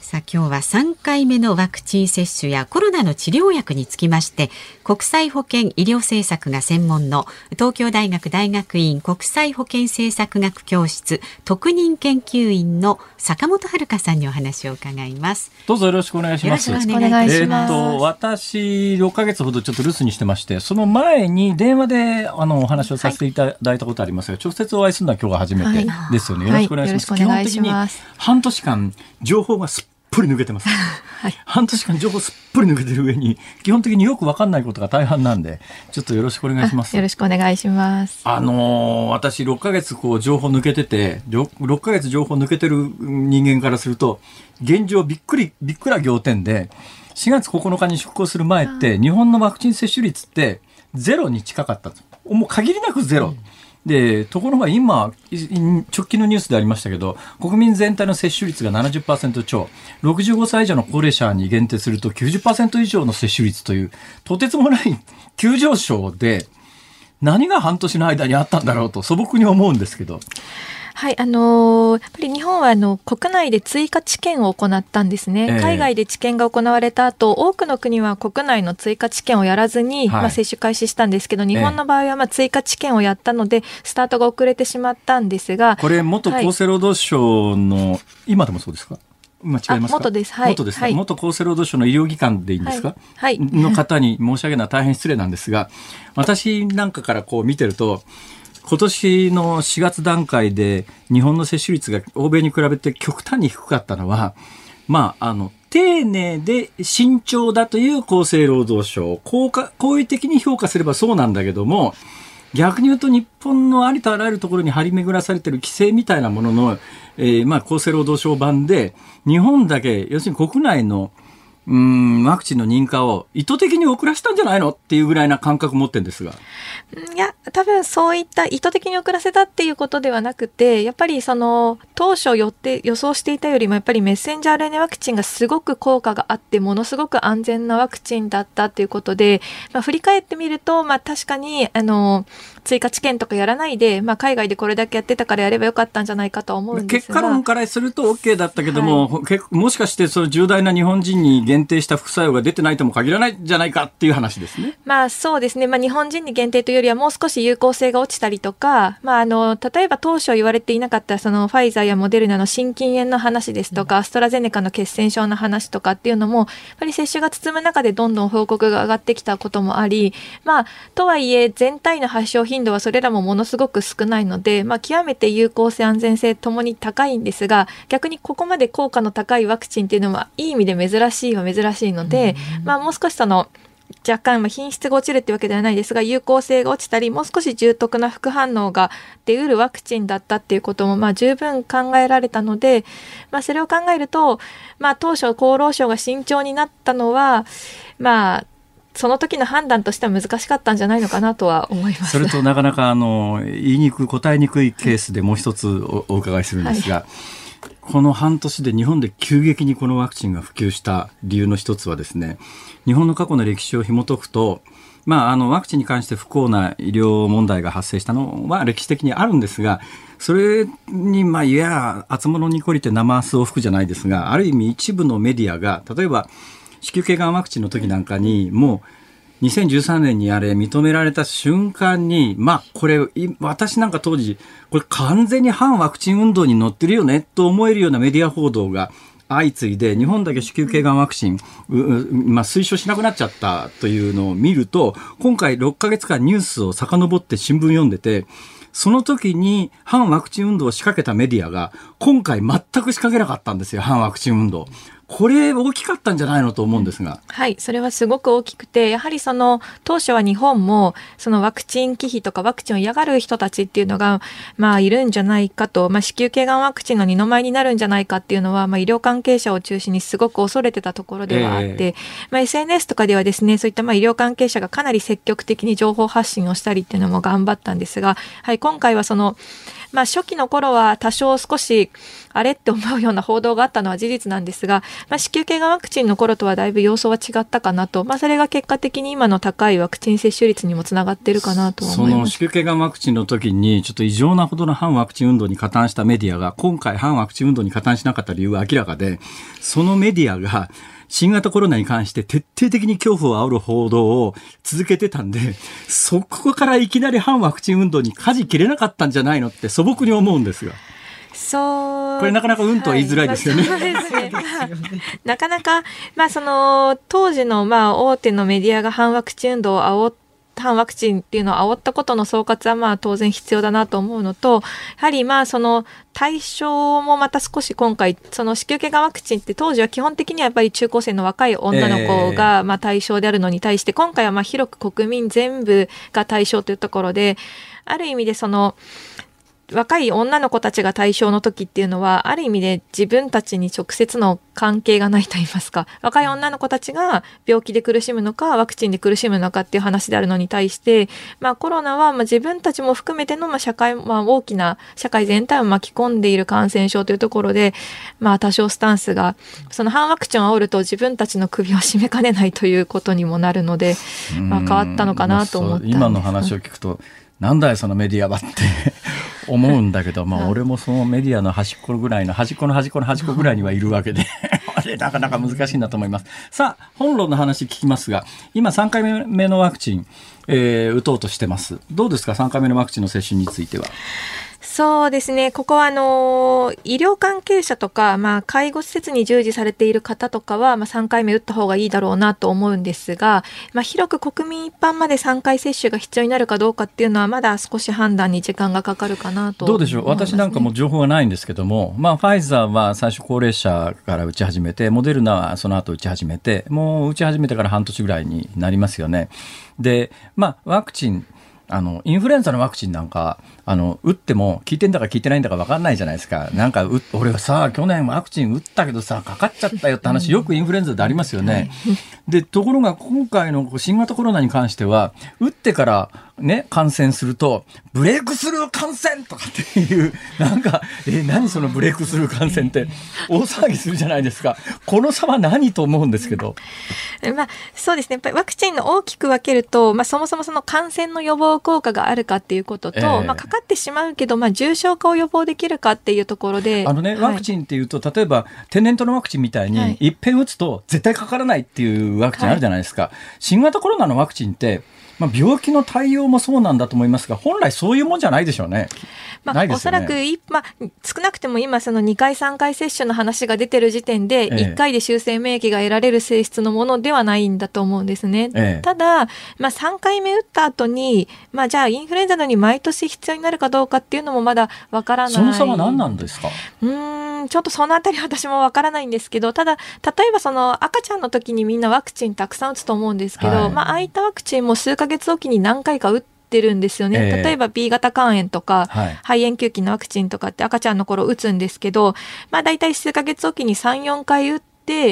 さあ今日は3回目のワクチン接種やコロナの治療薬につきまして国際保健医療政策が専門の東京大学大学院国際保健政策学教室特任研究員の坂本遥さんにお話を伺います。 どうぞよろしくお願いします。 よろしくお願いします。 私6ヶ月ほどちょっと留守にしてまして、その前に電話でお話をさせていただいたことありますが、直接お会いするのは今日が初めてですよね。よろしくお願いします。基本的に半年間情報がすっぷり抜けてます、はい、半年間情報すっぷり抜けてる上に基本的によく分かんないことが大半なんで、ちょっとよろしくお願いします。 よろしくお願いします。 私6ヶ月情報抜けてて、6ヶ月情報抜けてる人間からすると現状びっくら仰天で、4月9日に出港する前って日本のワクチン接種率ってゼロに近かった。もう限りなくゼロ、でところが今直近のニュースでありましたけど、国民全体の接種率が 70% 超、65歳以上の高齢者に限定すると 90% 以上の接種率というとてつもない急上昇で、何が半年の間にあったんだろうと素朴に思うんですけど。 はい、やっぱり日本は国内で追加治験を行ったんですね。海外で治験が行われた後、多くの国は国内の追加治験をやらずに、接種開始したんですけど、日本の場合は追加治験をやったのでスタートが遅れてしまったんですが、 これ元厚生労働省の、今でもそうですか？今違いますか？ 元です。はい。 元ですか？元厚生労働省の医療機関でいいんですか？ はい。 の方に申し上げるのは大変失礼なんですが、私なんかから見てると、今年の4月段階で日本の接種率が欧米に比べて極端に低かったのは、丁寧で慎重だという厚生労働省、好意的に評価すればそうなんだけども、逆に言うと日本のありとあらゆるところに張り巡らされている規制みたいなものの、厚生労働省版で日本だけ、要するに国内のワクチンの認可を意図的に遅らせたんじゃないのっていうぐらいな感覚を持ってるんですが。 いや、多分そういった意図的に遅らせたっていうことではなくて、やっぱり当初予想していたよりもやっぱりメッセンジャー RNA ワクチンがすごく効果があってものすごく安全なワクチンだったっていうことで、振り返ってみると、確かに追加治験とかやらないで、海外でこれだけやってたからやればよかったんじゃないかとは思うんですが、 結果論からすると OK だったけども、もしかしてその重大な日本人に限定した副作用が出てないとも限らないんじゃないかっていう話ですね。 そうですね。日本人に限定というよりはもう少し有効性が落ちたりとか、例えば当初言われていなかったそのファイザーやモデルナの心筋炎の話ですとか、アストラゼネカの血栓症の話とかっていうのも、やっぱり接種が進む中でどんどん報告が上がってきたこともあり、とはいえ全体の発症頻度はそれらもものすごく少ないので、極めて有効性安全性ともに高いんですが、逆にここまで効果の高いワクチンっていうのはいい意味で珍しいので、もう少し若干品質が落ちるってわけではないですが、有効性が落ちたりもう少し重篤な副反応が出うるワクチンだったっていうことも十分考えられたので、それを考えると、当初厚労省が慎重になったのはその時の判断としては難しかったんじゃないのかなとは思います。 それとなかなか答えにくいケースでもう一つお伺いするんですが、この半年で日本で急激にこのワクチンが普及した理由の一つはですね、日本の過去の歴史を紐解くと、ワクチンに関して不幸な医療問題が発生したのは歴史的にあるんですが、それに厚物に懲りて生明を吹くじゃないですが、ある意味一部のメディアが、例えば子宮頸がんワクチンの時なんかにもう2013年に認められた瞬間に、これ私なんか当時これ完全に反ワクチン運動に乗ってるよねと思えるようなメディア報道が相次いで、日本だけ子宮頸がんワクチン推奨しなくなっちゃったというのを見ると、今回6ヶ月間ニュースを遡って新聞読んでて、その時に反ワクチン運動を仕掛けたメディアが今回全く仕掛けなかったんですよ、反ワクチン運動。これ大きかったんじゃないのと思うんですが。 はい、それはすごく大きくて、やはり当初は日本もワクチン忌避とかワクチンを嫌がる人たちっていうのがいるんじゃないかと、子宮頸がんワクチンの二の舞になるんじゃないかっていうのは、医療関係者を中心にすごく恐れてたところではあって、SNS とかではですね、そういった医療関係者がかなり積極的に情報発信をしたりっていうのも頑張ったんですが、今回は初期の頃は多少少しあれって思うような報道があったのは事実なんですが、 子宮頸がんワクチンの頃とはだいぶ様相は違ったかなと、それが結果的に今の高いワクチン接種率にもつながっているかなと思います。 その子宮頸がんワクチンの時にちょっと異常なほどの反ワクチン運動に加担したメディアが今回反ワクチン運動に加担しなかった理由は明らかで、そのメディアが新型コロナに関して徹底的に恐怖を煽る報道を続けてたんで、そこからいきなり反ワクチン運動に舵切れなかったんじゃないのって素朴に思うんですが。 そうこれなかなかうんとは言いづらいですよね。 そうですね。なかなか、その当時の大手のメディアが反ワクチン運動を反ワクチンっていうのを煽ったことの総括は当然必要だなと思うのと、やはりその対象もまた少し今回その子宮頸がんワクチンって当時は基本的にはやっぱり中高生の若い女の子が対象であるのに対して、今回は広く国民全部が対象というところで、ある意味でその若い女の子たちが対象の時っていうのはある意味で自分たちに直接の関係がないといいますか、若い女の子たちが病気で苦しむのかワクチンで苦しむのかっていう話であるのに対して、コロナは自分たちも含めての社会、大きな社会全体を巻き込んでいる感染症というところで、多少スタンスがその反ワクチンを煽ると自分たちの首を絞めかねないということにもなるので、変わったのかなと思ったんです。 今の話を聞くとなんだよそのメディアはって思うんだけど、俺もそのメディアの端っこぐらいの端っこの端っこの端っこぐらいにはいるわけであれなかなか難しいなと思います。さあ本論の話聞きますが、今3回目のワクチン、打とうとしてます。どうですか3回目のワクチンの接種については。 そうですね、ここは医療関係者とか、介護施設に従事されている方とかは、3回目打った方がいいだろうなと思うんですが、広く国民一般まで3回接種が必要になるかどうかっていうのはまだ少し判断に時間がかかるかなと思いますね。 どうでしょう。私なんかも情報がないんですけども、ファイザーは最初高齢者から打ち始めて、モデルナはその後打ち始めて、もう打ち始めてから半年ぐらいになりますよね。で、ワクチンインフルエンザのワクチンなんか打っても効いてんだか効いてないんだか分かんないじゃないですか。なんか俺はさ去年ワクチン打ったけどさかかっちゃったよって話よくインフルエンザでありますよね。でところが今回の新型コロナに関しては打ってから感染するとブレイクスルー感染とかっていうなんか何そのブレイクスルー感染って大騒ぎするじゃないですか。この差は何と思うんですけど。 そうですね、やっぱりワクチンの大きく分けると、そもそもその感染の予防効果があるかっていうことと、かかってしまうけど、重症化を予防できるかっていうところで、 ワクチンっていうと例えば天然痘のワクチンみたいに一遍打つと絶対かからないっていうワクチンあるじゃないですか。新型コロナのワクチンって病気の対応もそうなんだと思いますが、本来そういうもんじゃないでしょうね。 おそらく少なくても今その2回3回接種の話が出てる時点で1回で修正免疫が得られる性質のものではないんだと思うんですね。ただ、3回目打った後に、じゃあインフルエンザのように毎年必要になるかどうかっていうのもまだわからない。 その差は何なんですか？ ちょっとそのあたり私もわからないんですけど、ただ例えばその赤ちゃんの時にみんなワクチンたくさん打つと思うんですけど、ああいったワクチンも数ヶ月おきに何回か打ってるんですよね。例えば B 型肝炎とか、肺炎球菌のワクチンとかって赤ちゃんの頃打つんですけど、だいたい数ヶ月おきに 3,4 回打って、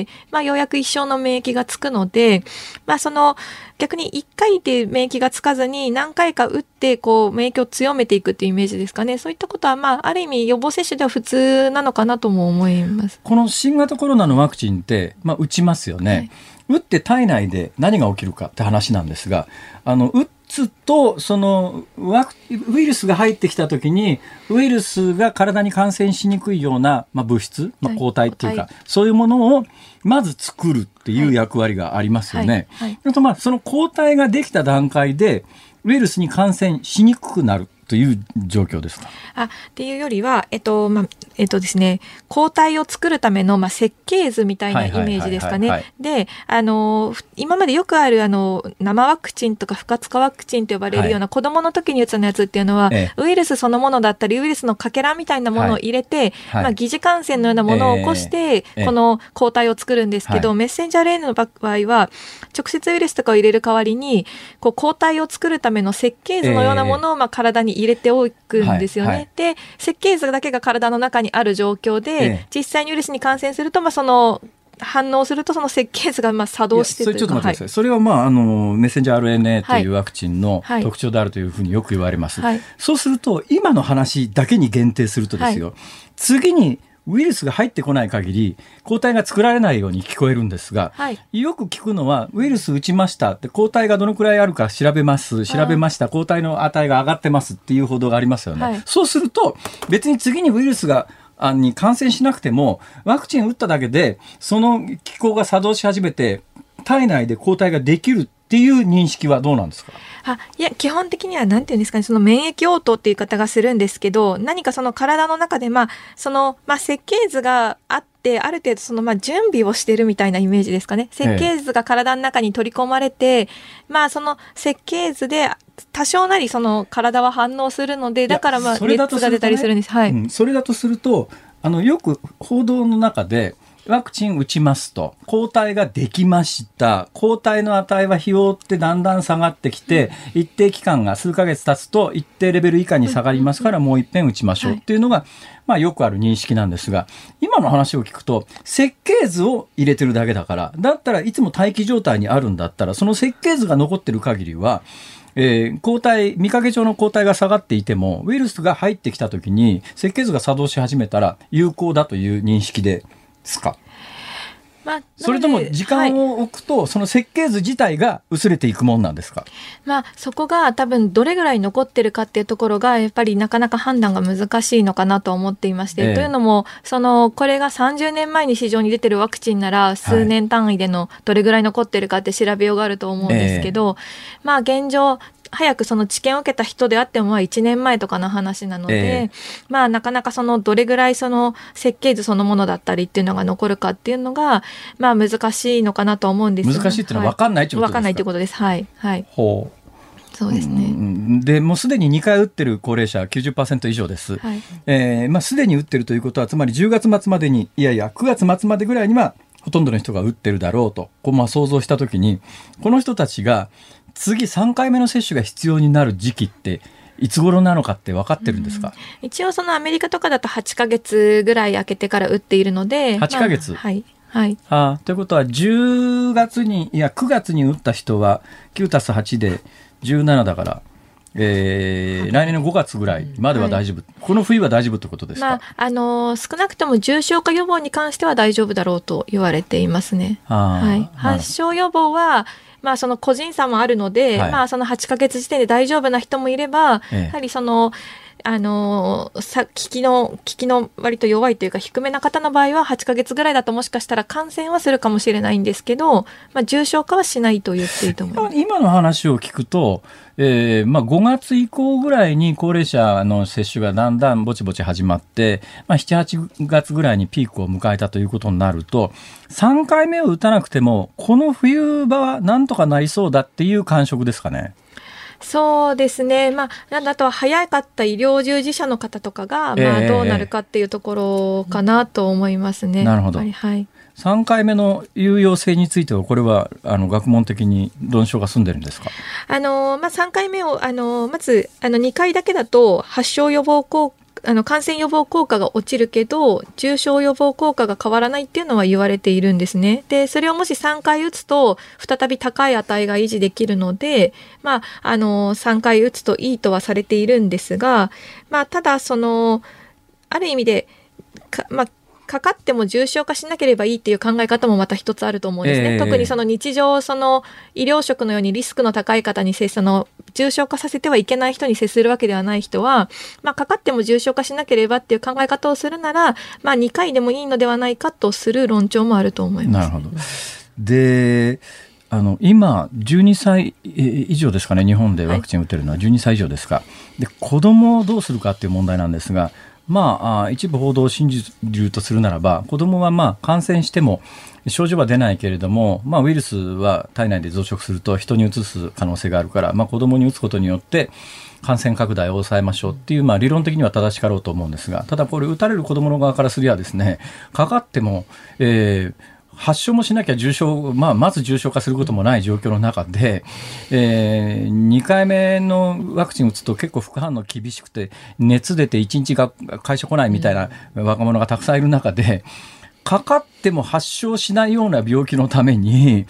ようやく一生の免疫がつくので、その逆に1回で免疫がつかずに何回か打って免疫を強めていくっていうイメージですかね。そういったことはある意味予防接種では普通なのかなとも思います。 この新型コロナのワクチンって打ちますよね。打って体内で何が起きるかって話なんですが、打つとそのウイルスが入ってきた時にウイルスが体に感染しにくいような物質、抗体っていうか、そういうものをまず作るっていう役割がありますよね。その抗体ができた段階でウイルスに感染しにくくなるという状況ですか？ っていうよりは、ですね、抗体を作るための、設計図みたいなイメージですかね。で、今までよくある生ワクチンとか不活化ワクチンと呼ばれるような子供の時に打つのやつっていうのは、ウイルスそのものだったりウイルスのかけらみたいなものを入れて、疑似感染のようなものを起こして、この抗体を作るんですけど、メッセンジャー RNA の場合は直接ウイルスとかを入れる代わりに抗体を作るための設計図のようなものを体に入れておくんですよね。で、設計図だけが体の中にある状況で、実際にウイルスに感染すると、その反応するとその設計図が作動してというか。 ちょっと待ってください。それはメッセンジャー RNA というワクチンの特徴であるというふうによく言われます。そうすると今の話だけに限定するとですよ、次にウイルスが入ってこない限り抗体が作られないように聞こえるんですが、 はい、 よく聞くのはウイルス打ちましたって抗体がどのくらいあるか調べました抗体の値が上がってますっていう報道がありますよね、はい、そうすると別に次にウイルスがに感染しなくてもワクチン打っただけでその機構が作動し始めて体内で抗体ができるっていう認識はどうなんですか？ いや、基本的にはなんていうんですかね、その免疫応答っていう言い方がするんですけど、何かその体の中で設計図があって、ある程度準備をしてるみたいなイメージですかね。設計図が体の中に取り込まれて、その設計図で多少なりその体は反応するので、だから熱が出たりするんです。はい。 それだとすると、よく報道の中で、ワクチン打ちますと抗体ができました。抗体の値は日を追ってだんだん下がってきて、一定期間が数ヶ月経つと一定レベル以下に下がりますからもう一遍打ちましょうっていうのが、よくある認識なんですが、今の話を聞くと設計図を入れてるだけだから、だったらいつも待機状態にあるんだったら、その設計図が残ってる限りは抗体、見かけ上の抗体が下がっていてもウイルスが入ってきた時に設計図が作動し始めたら有効だという認識ですか？それとも時間を置くと、その設計図自体が薄れていくもんなんですか？ そこが多分どれぐらい残ってるかっていうところがやっぱりなかなか判断が難しいのかなと思っていまして、というのもこれが30年前に市場に出てるワクチンなら数年単位でのどれぐらい残ってるかって調べようがあると思うんですけど、現状早くその治験を受けた人であっても1年前とかの話なので、なかなかどれぐらいその設計図そのものだったりっていうのが残るかっていうのが難しいのかなと思うんですよね。 難しいっていうのは分かんないってことですか？ 分かんないってことです。はい、はい。 ほう。 そうですね。 でもうすでに2回打ってる高齢者 90% 以上です。はい。すでに打ってるということはつまり10月末までに9月末までぐらいにはほとんどの人が打ってるだろうと想像したときに、この人たちが次3回目の接種が必要になる時期っていつ頃なのかって分かってるんですか？ 一応アメリカとかだと8ヶ月ぐらい空けてから打っているので、 8ヶ月、 はいはい。 ということは9月に打った人は 9+8 で17だから、来年の5月ぐらいまでは大丈夫、この冬は大丈夫ってことですか？ 少なくとも重症化予防に関しては大丈夫だろうと言われていますね。はい、発症予防はその個人差もあるので、その8ヶ月時点で大丈夫な人もいれば、やはり効きの割と弱いというか低めな方の場合は8ヶ月ぐらいだともしかしたら感染はするかもしれないんですけど、重症化はしないと言っていいと思います。 今の話を聞くと、5月以降ぐらいに高齢者の接種がだんだんぼちぼち始まって、7、8月ぐらいにピークを迎えたということになると、3回目を打たなくてもこの冬場はなんとかなりそうだっていう感触ですかね？ そうですね。あとは早かった医療従事者の方とかが、どうなるかっていうところかなと思いますね。 なるほど。 はい。 3回目の有用性についてはこれは学問的に論証が済んでるんですか ？3回目をまず2回だけだと発症予防効果感染予防効果が落ちるけど重症予防効果が変わらないっていうのは言われているんですね。でそれをもし3回打つと再び高い値が維持できるので、3回打つといいとはされているんですが、ただある意味でかかっても重症化しなければいいっていう考え方もまた一つあると思うんですね。特に日常医療職のようにリスクの高い方に重症化させてはいけない人に接するわけではない人は、かかっても重症化しなければっていう考え方をするなら、2回でもいいのではないかとする論調もあると思います。 なるほど。で今12歳以上ですかね、日本でワクチン打ってるのは12歳以上ですか。で子供をどうするかっていう問題なんですが、一部報道を信じるとするならば子どもは感染しても症状は出ないけれども、ウイルスは体内で増殖すると人にうつす可能性があるから、子どもにうつことによって感染拡大を抑えましょうっていう、理論的には正しかろうと思うんですが、ただこれ打たれる子どもの側からすりゃですね、かかっても、発症もしなきゃまず重症化することもない状況の中で、2回目のワクチン打つと結構副反応厳しくて熱出て1日が会社来ないみたいな若者がたくさんいる中で、かかっても発症しないような病気のために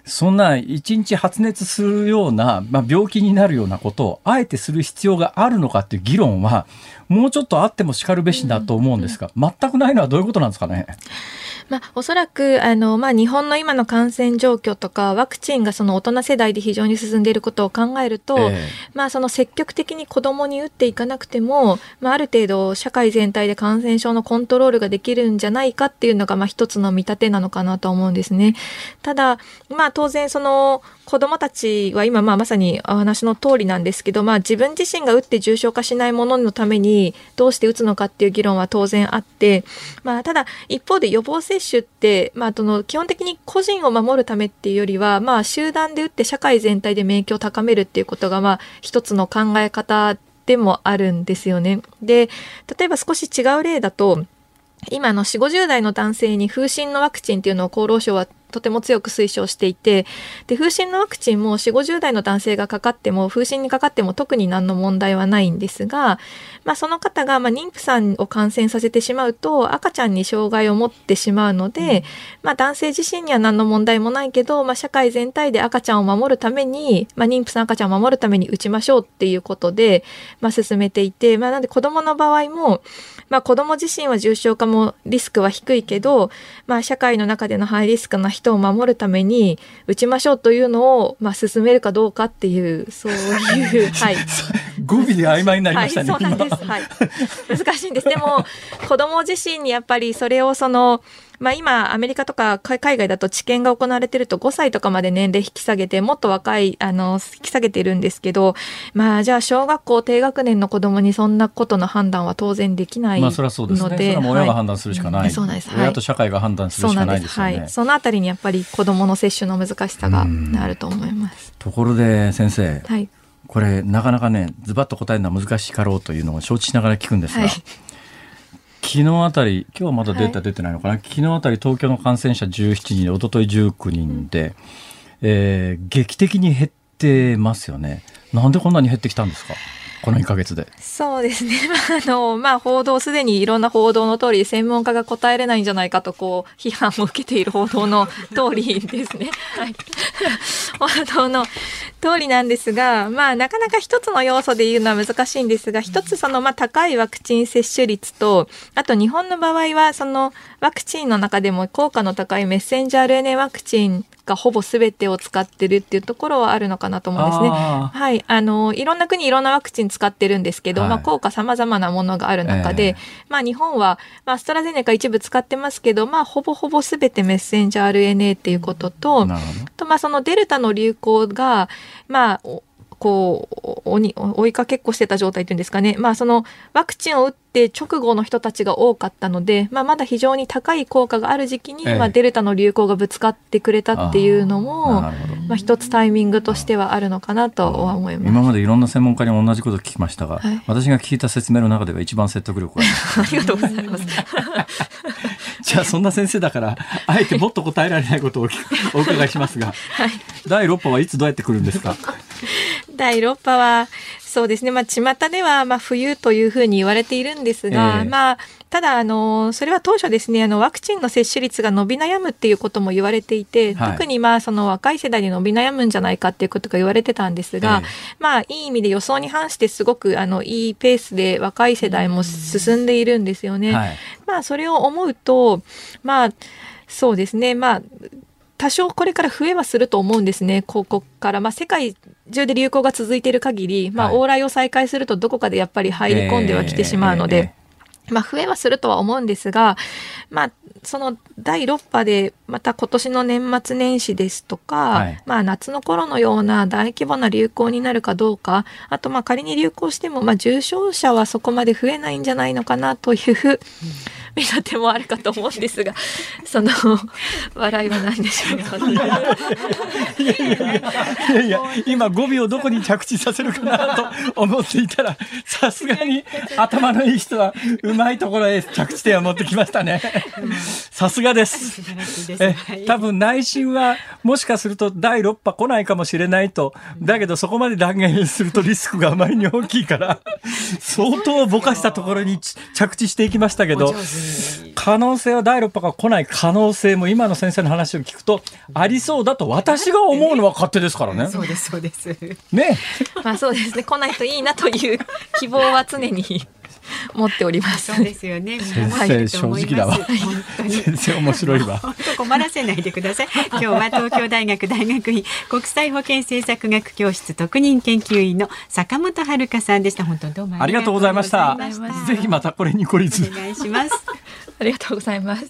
そんな一日発熱するような、病気になるようなことをあえてする必要があるのかっていう議論はもうちょっとあってもしかるべしだと思うんですが、全くないのはどういうことなんですかね。 おそらく日本の今の感染状況とかワクチンがその大人世代で非常に進んでいることを考えると、その積極的に子どもに打っていかなくても、ある程度社会全体で感染症のコントロールができるんじゃないかっていうのが一つの見立てなのかなと思うんですね。ただ当然その子どもたちは今まさにお話の通りなんですけど、自分自身が打って重症化しないもののためにどうして打つのかっていう議論は当然あって、ただ一方で予防接種って、基本的に個人を守るためっていうよりは、集団で打って社会全体で免疫を高めるっていうことが一つの考え方でもあるんですよね。で、例えば少し違う例だと、今4、50代の男性に風疹のワクチンっていうのを厚労省はとても強く推奨していて、で風疹のワクチンも4、50代の男性がかかっても風疹にかかっても特に何の問題はないんですが、その方が妊婦さんを感染させてしまうと赤ちゃんに障害を持ってしまうので、男性自身には何の問題もないけど、社会全体で赤ちゃんを守るために、妊婦さん赤ちゃんを守るために打ちましょうっていうことで、進めていて、なので子どもの場合も、子ども自身は重症化もリスクは低いけど、社会の中でのハイリスクな人を守るために打ちましょうというのを、進めるかどうかっていう、そういう、はい、 語尾で曖昧になりましたね。 そうなんです、難しいんです。でも子ども自身にやっぱりそれを今アメリカとか海外だと治験が行われていると5歳とかまで年齢引き下げてもっと若い引き下げているんですけど、じゃあ小学校低学年の子どもにそんなことの判断は当然できないので、 それはそうですね。それはもう親が判断するしかない、 そうなんです、 親と社会が判断するしかないですよね。 そのあたりにやっぱり子どもの接種の難しさがあると思います。 ところで先生、これなかなかねズバッと答えるのは難しかろうというのを承知しながら聞くんですが、昨日あたり、今日はまだデータ出てないのかな、昨日あたり東京の感染者17人で一昨日19人で、劇的に減ってますよね。なんでこんなに減ってきたんですか、この2ヶ月で。 そうですね、報道、すでにいろんな報道の通り専門家が答えれないんじゃないかと批判を受けている報道の通りですね報道の通りなんですが、なかなか一つの要素で言うのは難しいんですが、一つ高いワクチン接種率と、あと日本の場合はそのワクチンの中でも効果の高いメッセンジャー RNA ワクチンがほぼ全てを使ってるっていうところはあるのかなと思うんですね。いろんな国いろんなワクチン使ってるんですけど、効果様々なものがある中で、日本は、アストラゼネカ一部使ってますけど、ほぼほぼ全てメッセンジャー RNA っていうことと、そのデルタの流行が追いかけっこしてた状態というんですかね、そのワクチンを打って直後の人たちが多かったので、まだ非常に高い効果がある時期に、デルタの流行がぶつかってくれたっていうのも、一つタイミングとしてはあるのかなとは思います。 今までいろんな専門家に同じことを聞きましたが、私が聞いた説明の中では一番説得力があります。 ありがとうございますじゃあそんな先生だからあえてもっと答えられないことをお伺いしますが、第6波はいつどうやって来るんですか？ 第6波はそうですね、巷では冬というふうに言われているんですが、ただそれは当初ですね、ワクチンの接種率が伸び悩むっていうことも言われていて、特にその若い世代で伸び悩むんじゃないかっていうことが言われてたんですが、いい意味で予想に反してすごくいいペースで若い世代も進んでいるんですよね。それを思うとそうですね、多少これから増えはすると思うんですね。ここから世界中で流行が続いている限り、往来を再開するとどこかでやっぱり入り込んではきてしまうので、増えはするとは思うんですが、その第6波でまた今年の年末年始ですとか、夏の頃のような大規模な流行になるかどうか、あと仮に流行しても重症者はそこまで増えないんじゃないのかなという見立てもあるかと思うんですが、その笑いは何でしょうか。 いや今語尾をどこに着地させるかなと思っていたら、さすがに頭のいい人はうまいところへ着地点を持ってきましたね。さすがです。多分内心はもしかすると第6波来ないかもしれないと、だけどそこまで断言するとリスクがあまりに大きいから相当ぼかしたところに着地していきましたけど、 可能性は第6波が来ない可能性も今の先生の話を聞くとありそうだと私が思うのは勝手ですからね。 そうですそうですね。 まあそうですね、来ないといいなという希望は常に持っております。 そうですよね。 先生正直だわ。 本当に先生面白いわ。 本当困らせないでください。今日は東京大学大学院国際保健政策学教室特任研究員の坂本遥さんでした。本当にどうもありがとうございました。ぜひまたこれに懲りずお願いします。 ありがとうございます。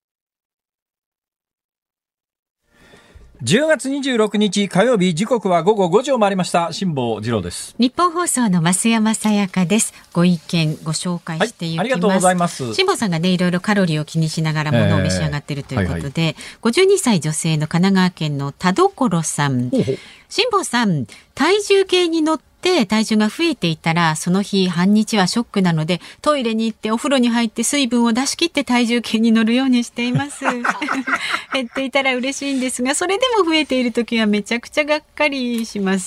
10月26日火曜日、時刻は午後5時を回りました。辛坊治郎です。 日本放送の増山さやかです。ご意見ご紹介していきます。 ありがとうございます。 辛坊さんがね、いろいろカロリーを気にしながらものを召し上がっているということで、52歳女性の神奈川県の田所さん。辛坊さん、体重計に乗って体重が増えていたら、その日半日はショックなのでトイレに行ってお風呂に入って水分を出し切って体重計に乗るようにしています減っていたら嬉しいんですが、それでも増えている時はめちゃくちゃがっかりします、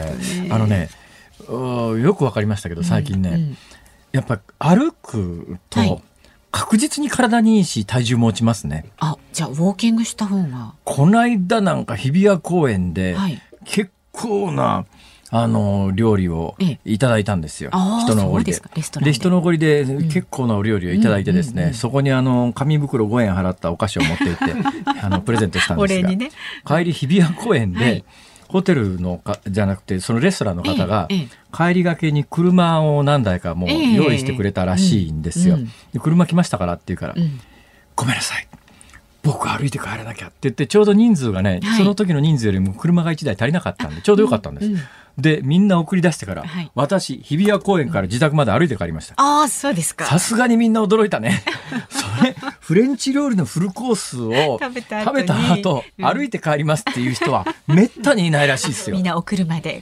よくわかりましたけど最近ね、やっぱ歩くと確実に体にいいし体重も落ちますね。 じゃあウォーキングした方が。 この間なんか日比谷公園で結構な料理をいただいたんですよ。人のおごりで。人のおごりで結構なお料理をいただいてですね、そこに紙袋5円払ったお菓子を持って行ってプレゼントしたんですが、ね、帰り日比谷公園で、ホテルのじゃなくてそのレストランの方が帰りがけに車を何台かもう用意してくれたらしいんですよ。で車来ましたからって言うから、ごめんなさい、僕歩いて帰らなきゃって言って、ちょうど人数がね、その時の人数よりも車が1台足りなかったんでちょうどよかったんです。でみんな送り出してから、私日比谷公園から自宅まで歩いて帰りました。 そうですか。 さすがにみんな驚いたねそれフレンチ料理のフルコースを食べた後、歩いて帰りますっていう人はめったにいないらしいですよ。 みんなお車で、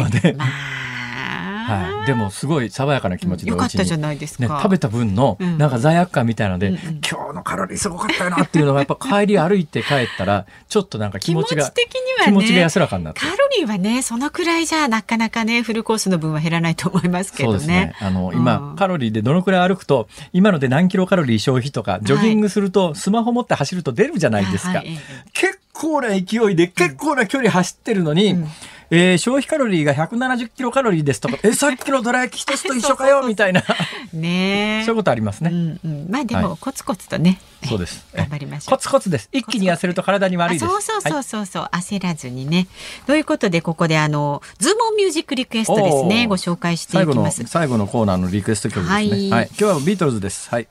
でもすごい爽やかな気持ちで、 よかったじゃないですか、 食べた分のなんか罪悪感みたいなので、今日のカロリーすごかったよなっていうのがやっぱ帰り歩いて帰ったらちょっとなんか気持ちが的にはね、 気持ちが安らかになって、 カロリーはねそのくらいじゃなかなかねフルコースの分は減らないと思いますけどね。 そうですね、今カロリーでどのくらい歩くと今ので何キロカロリー消費とか、ジョギングするとスマホ持って走ると出るじゃないですか、結構な勢いで結構な距離走ってるのに、消費カロリーが170キロカロリーですとか、さっきのどら焼き一つと一緒かよみたいなね、そういうことありますね。 まあでもコツコツとね、 そうです、 頑張りましょう。 コツコツです。一気に痩せると体に悪いです。 焦らずにね。ということでここでズームオンミュージックリクエストですね、ご紹介していきます。 最後のコーナーのリクエスト曲ですね。今日はビートルズです。なんで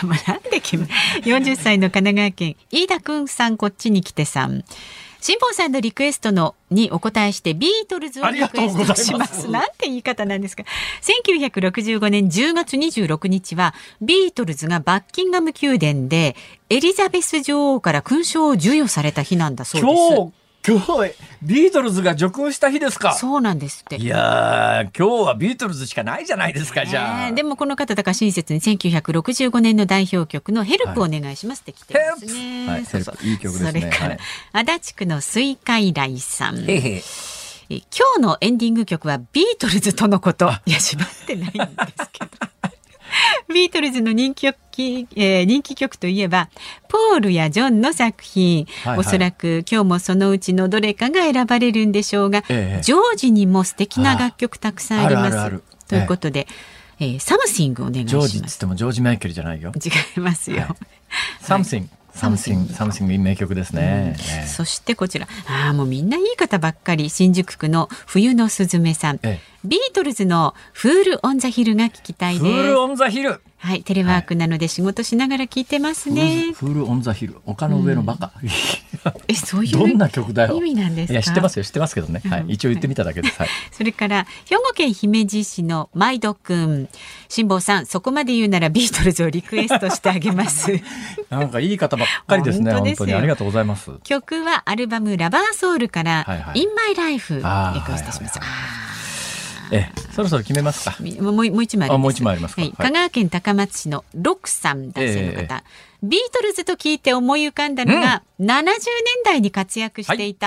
40歳の神奈川県飯田くんさん、こっちに来てさん、辛坊さんのリクエストにお答えしてビートルズをリクエストします。なんて言い方なんですか。1965年10月26日はビートルズがバッキンガム宮殿でエリザベス女王から勲章を授与された日なんだそうです。今日ビートルズが叙勲した日ですか。そうなんですって。いや今日はビートルズしかないじゃないですか、じゃあ。でもこの方だから親切に1965年の代表曲のヘルプお願いしますって来てますね。ヘルプいい曲ですね。それから、足立区の水海来さん、今日のエンディング曲はビートルズとのこと。いや縛ってないんですけどビートルズの人気曲といえばポールやジョンの作品、おそらく今日もそのうちのどれかが選ばれるんでしょうが、ジョージにも素敵な楽曲たくさんあります。ということで、サムシングお願いします。ジョージって言ってもジョージ・マイケルじゃないよ。違いますよ、サムシング。サムシング名曲ですね。そしてこちらもうみんないい方ばっかり、新宿区の冬のすずめさん、ビートルズのフールオンザヒルが聞きたいです。フールオンザヒル、はい、テレワークなので仕事しながら聞いてますね。フールオンザヒル、丘の上のバカ、そういうどんな曲だよ。意味なんですか。いや知ってますよ、知ってますけどね、一応言ってみただけです。それから兵庫県姫路市のマイドくん、辛坊さんそこまで言うならビートルズをリクエストしてあげますなんかいい方ばっかりですね。本当にありがとうございます。曲はアルバムラバーソウルから、インマイライフリクエストします。そろそろ決めますか。もう一枚あります。もう一枚ありますか。香川県高松市のロクさん、男性の方、ビートルズと聞いて思い浮かんだのが、70年代に活躍していた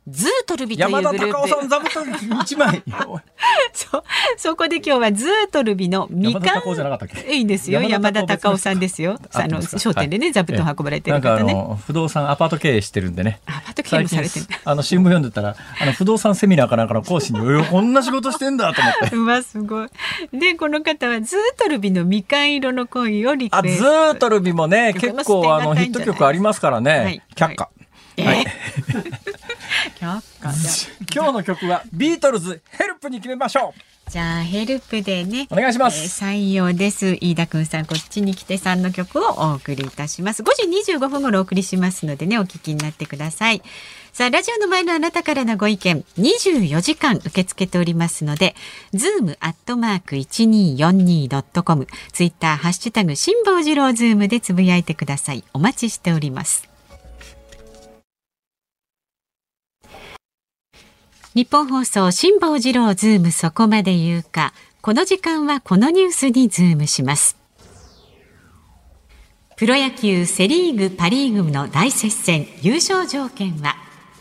ズートルビというグ山ループ。 田隆夫さん座布団1枚そこで今日はズートルビのみかん。 山田隆夫じゃなかったっけ。 いいですよ。山田隆夫さんですよ。商店でね、座布団運ばれてる方ね。 なんか不動産アパート経営してるんでね。 アパート経営もされてる。 新聞読んでたら不動産セミナーかなんかの講師にこんな仕事してんだと思って。 うわすごい。でこの方はズートルビのみかん色の恋をリクエスト。 ズートルビもね結構ヒット曲ありますからね。はい、却下。はい。 今日の曲はビートルズヘルプに決めましょう。じゃあヘルプでねお願いします。 採用です。飯田くんさんこっちに来てさんの曲をお送りいたします。5時25分頃お送りしますのでねお聞きになってください。さあラジオの前のあなたからのご意見24時間受け付けておりますので zoom@1242.com ツイッターハッシュタグ辛坊治郎ズームでつぶやいてください。お待ちしております。日本放送辛坊治郎ズームそこまで言うか。この時間はこのニュースにズームします。プロ野球セリーグパリーグの大接戦優勝条件は。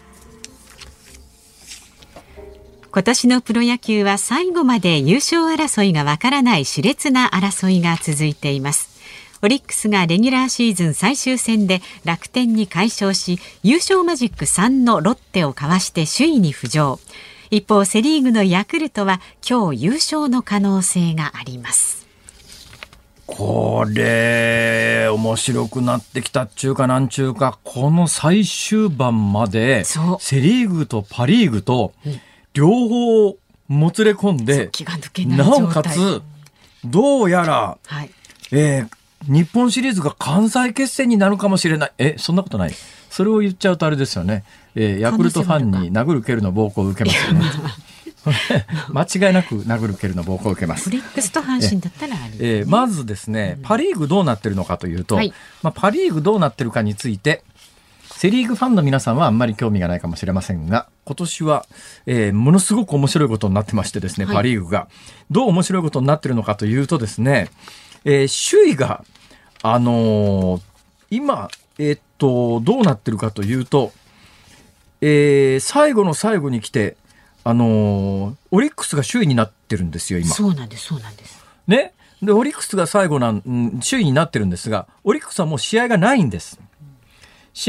今年のプロ野球は最後まで優勝争いがわからない熾烈な争いが続いています。オリックスがレギュラーシーズン最終戦で楽天に快勝し優勝マジック3のロッテをかわして首位に浮上。一方セリーグのヤクルトは今日優勝の可能性があります。 これ面白くなってきたっちゅうかなんちゅうかこの最終盤までセリーグとパリーグと両方もつれ込んで、なおかつどうやら、はい日本シリーズが関西決戦になるかもしれない。そんなことない。それを言っちゃうとあれですよね。ヤクルトファンに殴る蹴るの暴行を受けますよね。間違いなく殴る蹴るの暴行を受けます。 オリックスと阪神だったらある、 まずですね、パリーグどうなってるのかというと、パリーグどうなってるかについてセリーグファンの皆さんはあんまり興味がないかもしれませんが、今年は、ものすごく面白いことになってましてですね、パリーグがどう面白いことになってるのかというとですね、首位が今どうなってるかというと、最後の最後に来てオリックスが首位になってるんですよ今。 そうなんですね。でオリックスが首位になってるんですが、オリックスはもう試合がないんです。はい、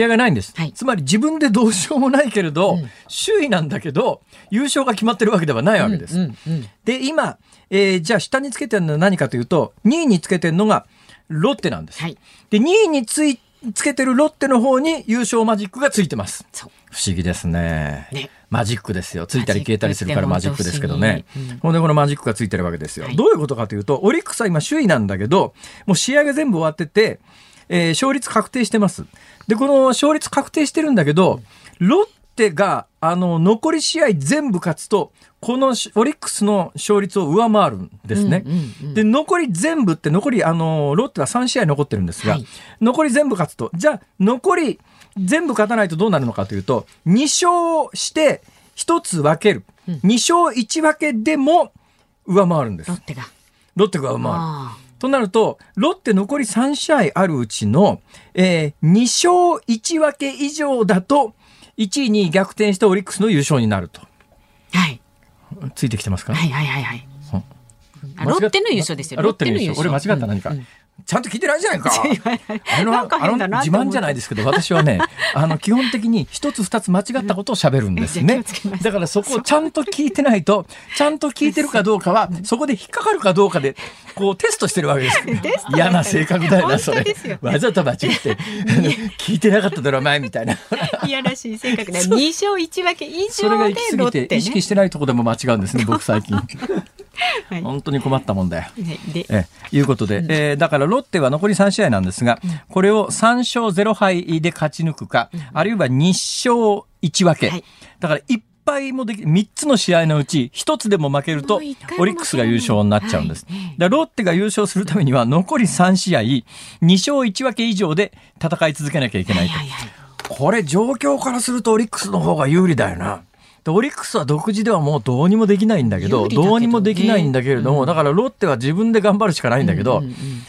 つまり自分でどうしようもないけれど、首位なんだけど優勝が決まってるわけではないわけです。で今、じゃあ下につけてるのは何かというと2位につけてるのがロッテなんです。はい、で2位につけてるロッテの方に優勝マジックがついてます。不思議ですね。マジックですよ。ついたり消えたりするからマジックですけどね。ほんでこのマジックがついてるわけですよ。どういうことかというとオリックスは今首位なんだけどもう試合が全部終わってて、勝率確定してます。でこの勝率確定してるんだけどロッテが残り試合全部勝つとこのオリックスの勝率を上回るんですね。で残り全部ってロッテは3試合残ってるんですが、残り全部勝つとじゃあ残り全部勝たないとどうなるのかというと2勝して1つ分ける、2勝1分けでも上回るんです。ロッテが上回るとなるとロッテ残り3試合あるうちの、2勝1分け以上だと1位に逆転してオリックスの優勝になると。はいついてきてますか。 はい。ロッテの優勝ですよ。 ロッテの優勝。俺間違った何か。ちゃんと聞いてないじゃないか。自慢じゃないですけど私はね基本的に一つ二つ間違ったことを喋るんですね。だからそこをちゃんと聞いてないとちゃんと聞いてるかどうかはそこで引っかかるかどうかでこうテストしてるわけです。嫌な性格だよなそれ。わざと間違って聞いてなかっただろお前みたいな。 いやらしい性格で2勝1分け以上でそれが行き過ぎて意識してないとこでも間違うんですね僕最近。本当に困ったもんだよ。いうことで、だからロッテは残り3試合なんですが、これを3勝0敗で勝ち抜くか、あるいは2勝1分け、だから1敗もでき3つの試合のうち1つでも負けるとオリックスが優勝になっちゃうんです。だロッテが優勝するためには残り3試合2勝1分け以上で戦い続けなきゃいけないと。これ状況からするとオリックスの方が有利だよな。オリックスは独自ではもうどうにもできないんだけど、どうにもできないんだけれども、だからロッテは自分で頑張るしかないんだけど、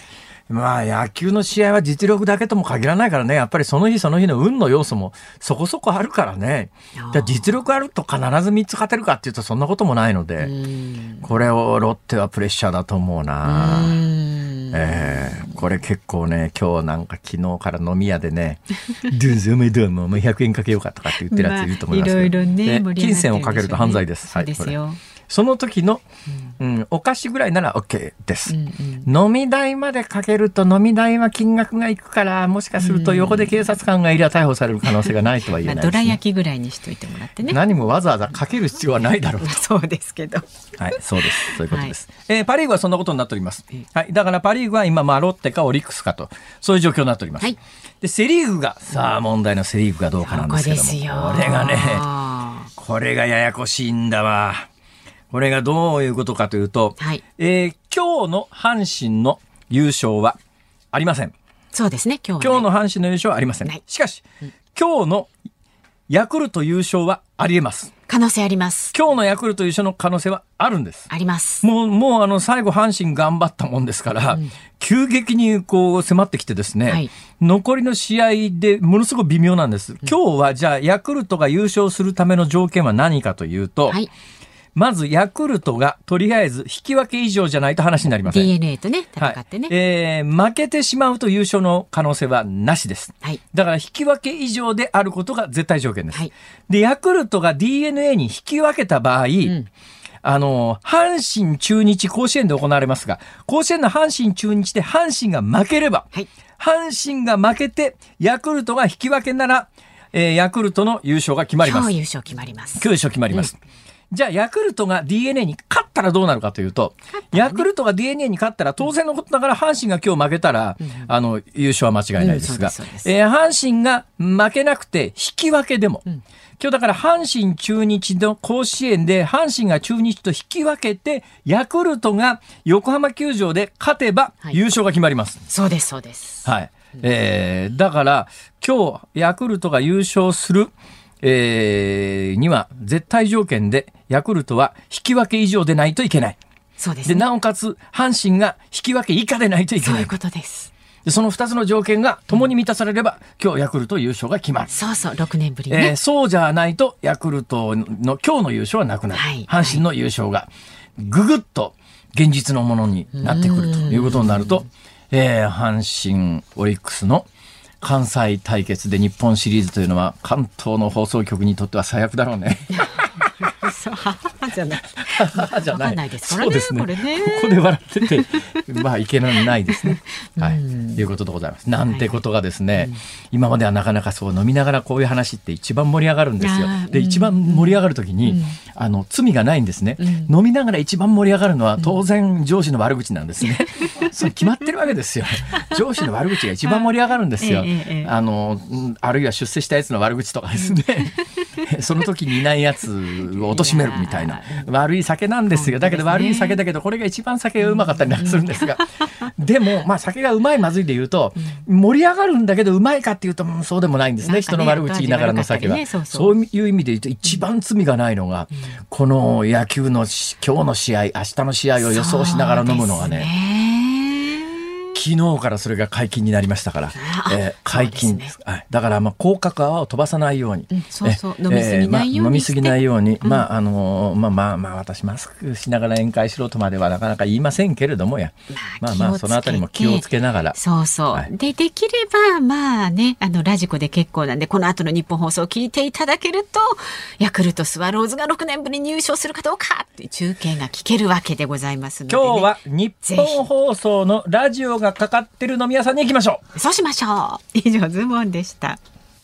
まあ野球の試合は実力だけとも限らないからね。やっぱりその日その日の運の要素もそこそこあるからね。じゃあ実力あると必ず3つ勝てるかっていうとそんなこともないので、これをロッテはプレッシャーだと思うな。これ結構ね、今日なんか昨日から飲み屋でねどうぞお前どうも100円かけようかとかって言ってるやついると思いますけど、 いろいろね、 金銭をかけると犯罪です。 そうですよ。 その時の、お菓子ぐらいなら OK です、飲み代までかけると飲み代は金額がいくから、もしかすると横で警察官がいれば逮捕される可能性がないとは言えないですね。 どら焼きぐらいにしといてもらってね。 何もわざわざかける必要はないだろうとそうですけど。 はい、そうです。そういうことです。パリーグはそんなことになっております。はい、だからパリーグは今、ロッテかオリックスかと、そういう状況になっております。はい、で、セリーグが、さあ問題のセリーグがどうかなんですけども、これがね、これがややこしいんだわ。これがどういうことかというと、今日の阪神の優勝はありません。 そうですね。今日の阪神の優勝はありません。しかし、今日のヤクルト優勝はありえます。 可能性あります。 今日のヤクルト優勝の可能性はあるんです。 あります。 もう最後阪神頑張ったもんですから、急激にこう迫ってきてですね、残りの試合でものすごく微妙なんです。今日はじゃあヤクルトが優勝するための条件は何かというと、まずヤクルトがとりあえず引き分け以上じゃないと話になりません。 DNA とね戦ってね、 負けてしまうと優勝の可能性はなしです、だから引き分け以上であることが絶対条件です、でヤクルトが DNA に引き分けた場合、阪神中日甲子園で行われますが、甲子園の阪神中日で阪神が負ければ、阪神が負けてヤクルトが引き分けなら、ヤクルトの優勝が決まります。 今日優勝決まります。 今日優勝決まります、じゃあヤクルトが DNA に勝ったらどうなるかというと、ヤクルトが DNA に勝ったら当然のことながら阪神が今日負けたら、優勝は間違いないですが、阪神が負けなくて引き分けでも、今日だから阪神中日の甲子園で阪神が中日と引き分けてヤクルトが横浜球場で勝てば優勝が決まります、 そうですそうです、 だから今日ヤクルトが優勝するには絶対条件でヤクルトは引き分け以上でないといけない。 そうですね。 でなおかつ阪神が引き分け以下でないといけない。 そういうことです。 でその2つの条件が共に満たされれば、今日ヤクルト優勝が決まる。 そうそう、6年ぶりね、 そうじゃないとヤクルトの今日の優勝はなくなる、阪神の優勝がぐぐっと現実のものになってくるということになると、阪神オリックスの関西対決で日本シリーズというのは関東の放送局にとっては最悪だろうね。 じゃない。 じゃない。 わかんないですからね。 そうですね。 これね。 ここで笑ってて、いけないですね。いうことでございます。なんてことがですね、今まではなかなかそう飲みながらこういう話って一番盛り上がるんですよ。で、一番盛り上がるときに、罪がないんですね。飲みながら一番盛り上がるのは当然上司の悪口なんですね。そう決まってるわけですよ。上司の悪口が一番盛り上がるんですよ。あるいは出世したやつの悪口とかですね。その時にいないやつを貶めるみたいな悪い酒なんですよ。だけど悪い酒だけどこれが一番酒がうまかったりなんかするんですが、でも酒がうまいまずいで言うと盛り上がるんだけどうまいかっていうとそうでもないんですね。人の悪口言いながらの酒は、そういう意味で言うと一番罪がないのがこの野球の今日の試合、明日の試合を予想しながら飲むのがね、昨日からそれが解禁になりましたから、解禁です。だから口角泡を飛ばさないように、 飲みすぎないように、 飲みすぎないように、私マスクしながら宴会しろとまではなかなか言いませんけれどもや、そのあたりも気をつけながら、 でできればラジコで結構なんで、この後の日本放送を聞いていただけるとヤクルトスワローズが6年ぶりに優勝するかどうかっていう中継が聞けるわけでございますので、 今日は日本放送のラジオがかかってる飲み屋さんに行きましょう。 そうしましょう。以上ズボンでした。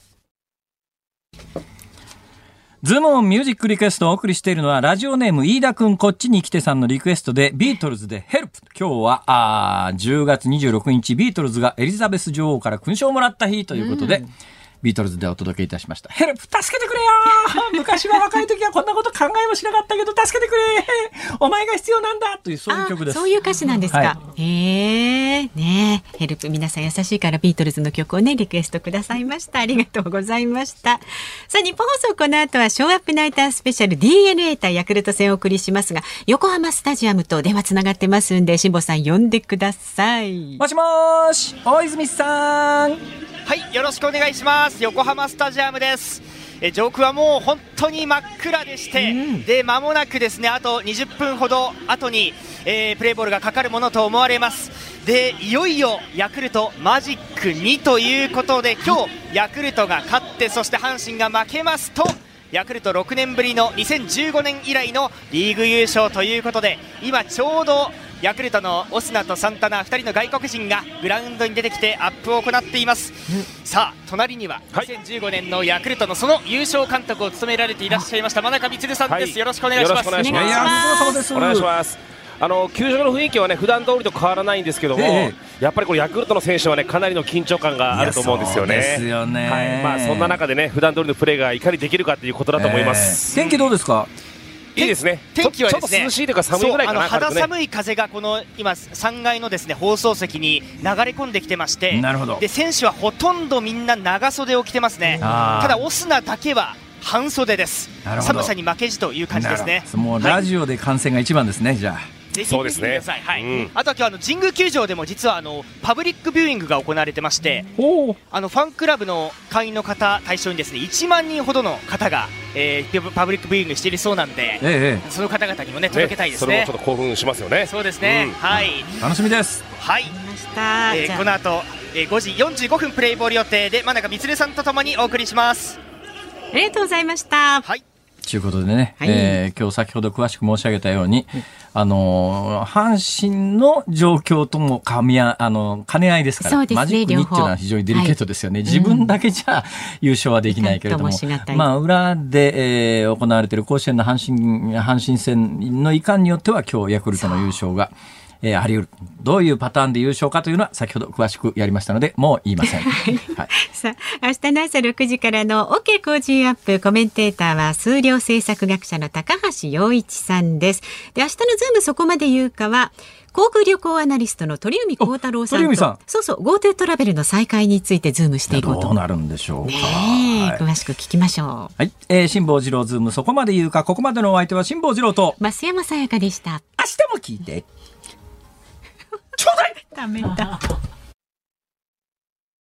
ズモンミュージックリクエストをお送りしているのはラジオネーム飯田くんこっちに来てさんのリクエストでビートルズでヘルプ。今日は10月26日ビートルズがエリザベス女王から勲章をもらった日ということで、 ビートルズでお届けいたしました。ヘルプ、助けてくれよ昔は若い時はこんなこと考えもしなかったけど、助けてくれお前が必要なんだという、そういう曲です。 そういう歌詞なんですか。 はい、 ねヘルプ、皆さん優しいからビートルズの曲をね、リクエストくださいました。ありがとうございました。さあ、日本放送この後はショーアップナイタースペシャル DNA 対ヤクルト戦をお送りしますが、横浜スタジアムと電話つながってますんで、辛坊さん呼んでください。 もしもーし、大泉さん。 はい、よろしくお願いします。横浜スタジアムです。上空はもう本当に真っ暗でして、で間もなくですね、あと20分ほど後に、プレーボールがかかるものと思われます。でいよいよヤクルトマジック2ということで、今日ヤクルトが勝って、そして阪神が負けますと、ヤクルト6年ぶりの2015年以来のリーグ優勝ということで、今ちょうどヤクルトのオスナとサンタナ2人の外国人がグラウンドに出てきてアップを行っています。さあ隣には2015年のヤクルトのその優勝監督を務められていらっしゃいました真中満さんです。よろしくお願いします。 お願いします。球場の雰囲気はね、普段通りと変わらないんですけども、やっぱりこれヤクルトの選手はね、かなりの緊張感があると思うんですよね。 ですよね。 はい、そんな中でね、普段通りのプレーがいかにできるかということだと思います。 天気どうですか？ いいですね。 天気はですね、 ちょっと涼しいというか寒いぐらいかな。 肌寒い風がこの今3階のですね放送席に流れ込んできてまして、 なるほど。 で選手はほとんどみんな長袖を着てますね。ただオスナだけは半袖です。寒さに負けじという感じですね。 もうラジオで観戦が一番ですね。じゃあぜひ見てください。はい。あとは今日神宮球場でも実はパブリックビューイングが行われてまして、ファンクラブの会員の方対象にですね1万人ほどの方が、パブリックビューイングしているそうなんで、その方々にもね届けたいですね。 それもちょっと興奮しますよね。 そうですね。はい。 楽しみです。 はい。この後5時45分プレイボール予定で真中満さんとともにお送りします。 ありがとうございました。 はい。 ということでね、今日先ほど詳しく申し上げたように、阪神の状況とも兼ね合いですから、マジック2っていうのは非常にデリケートですよね。自分だけじゃ優勝はできないけれども、裏で、行われている甲子園の阪神戦のいかんによっては今日ヤクルトの優勝があり得る。どういうパターンで優勝かというのは先ほど詳しくやりましたのでもう言いません。はい、 さあ明日の朝6時からの OK 工事アップ、コメンテーターは数量政策学者の高橋洋一さんです。で、明日のズームそこまで言うかは航空旅行アナリストの鳥海高太郎さんと、GoTo トラベルの再開についてズームしていこうと。 どうなるんでしょうか。 詳しく聞きましょう。 はい、辛坊治郎ズームそこまで言うか。ここまでのお相手は辛坊治郎と増山さやかでした。 明日も聞いてちょうだい。 ダメだ。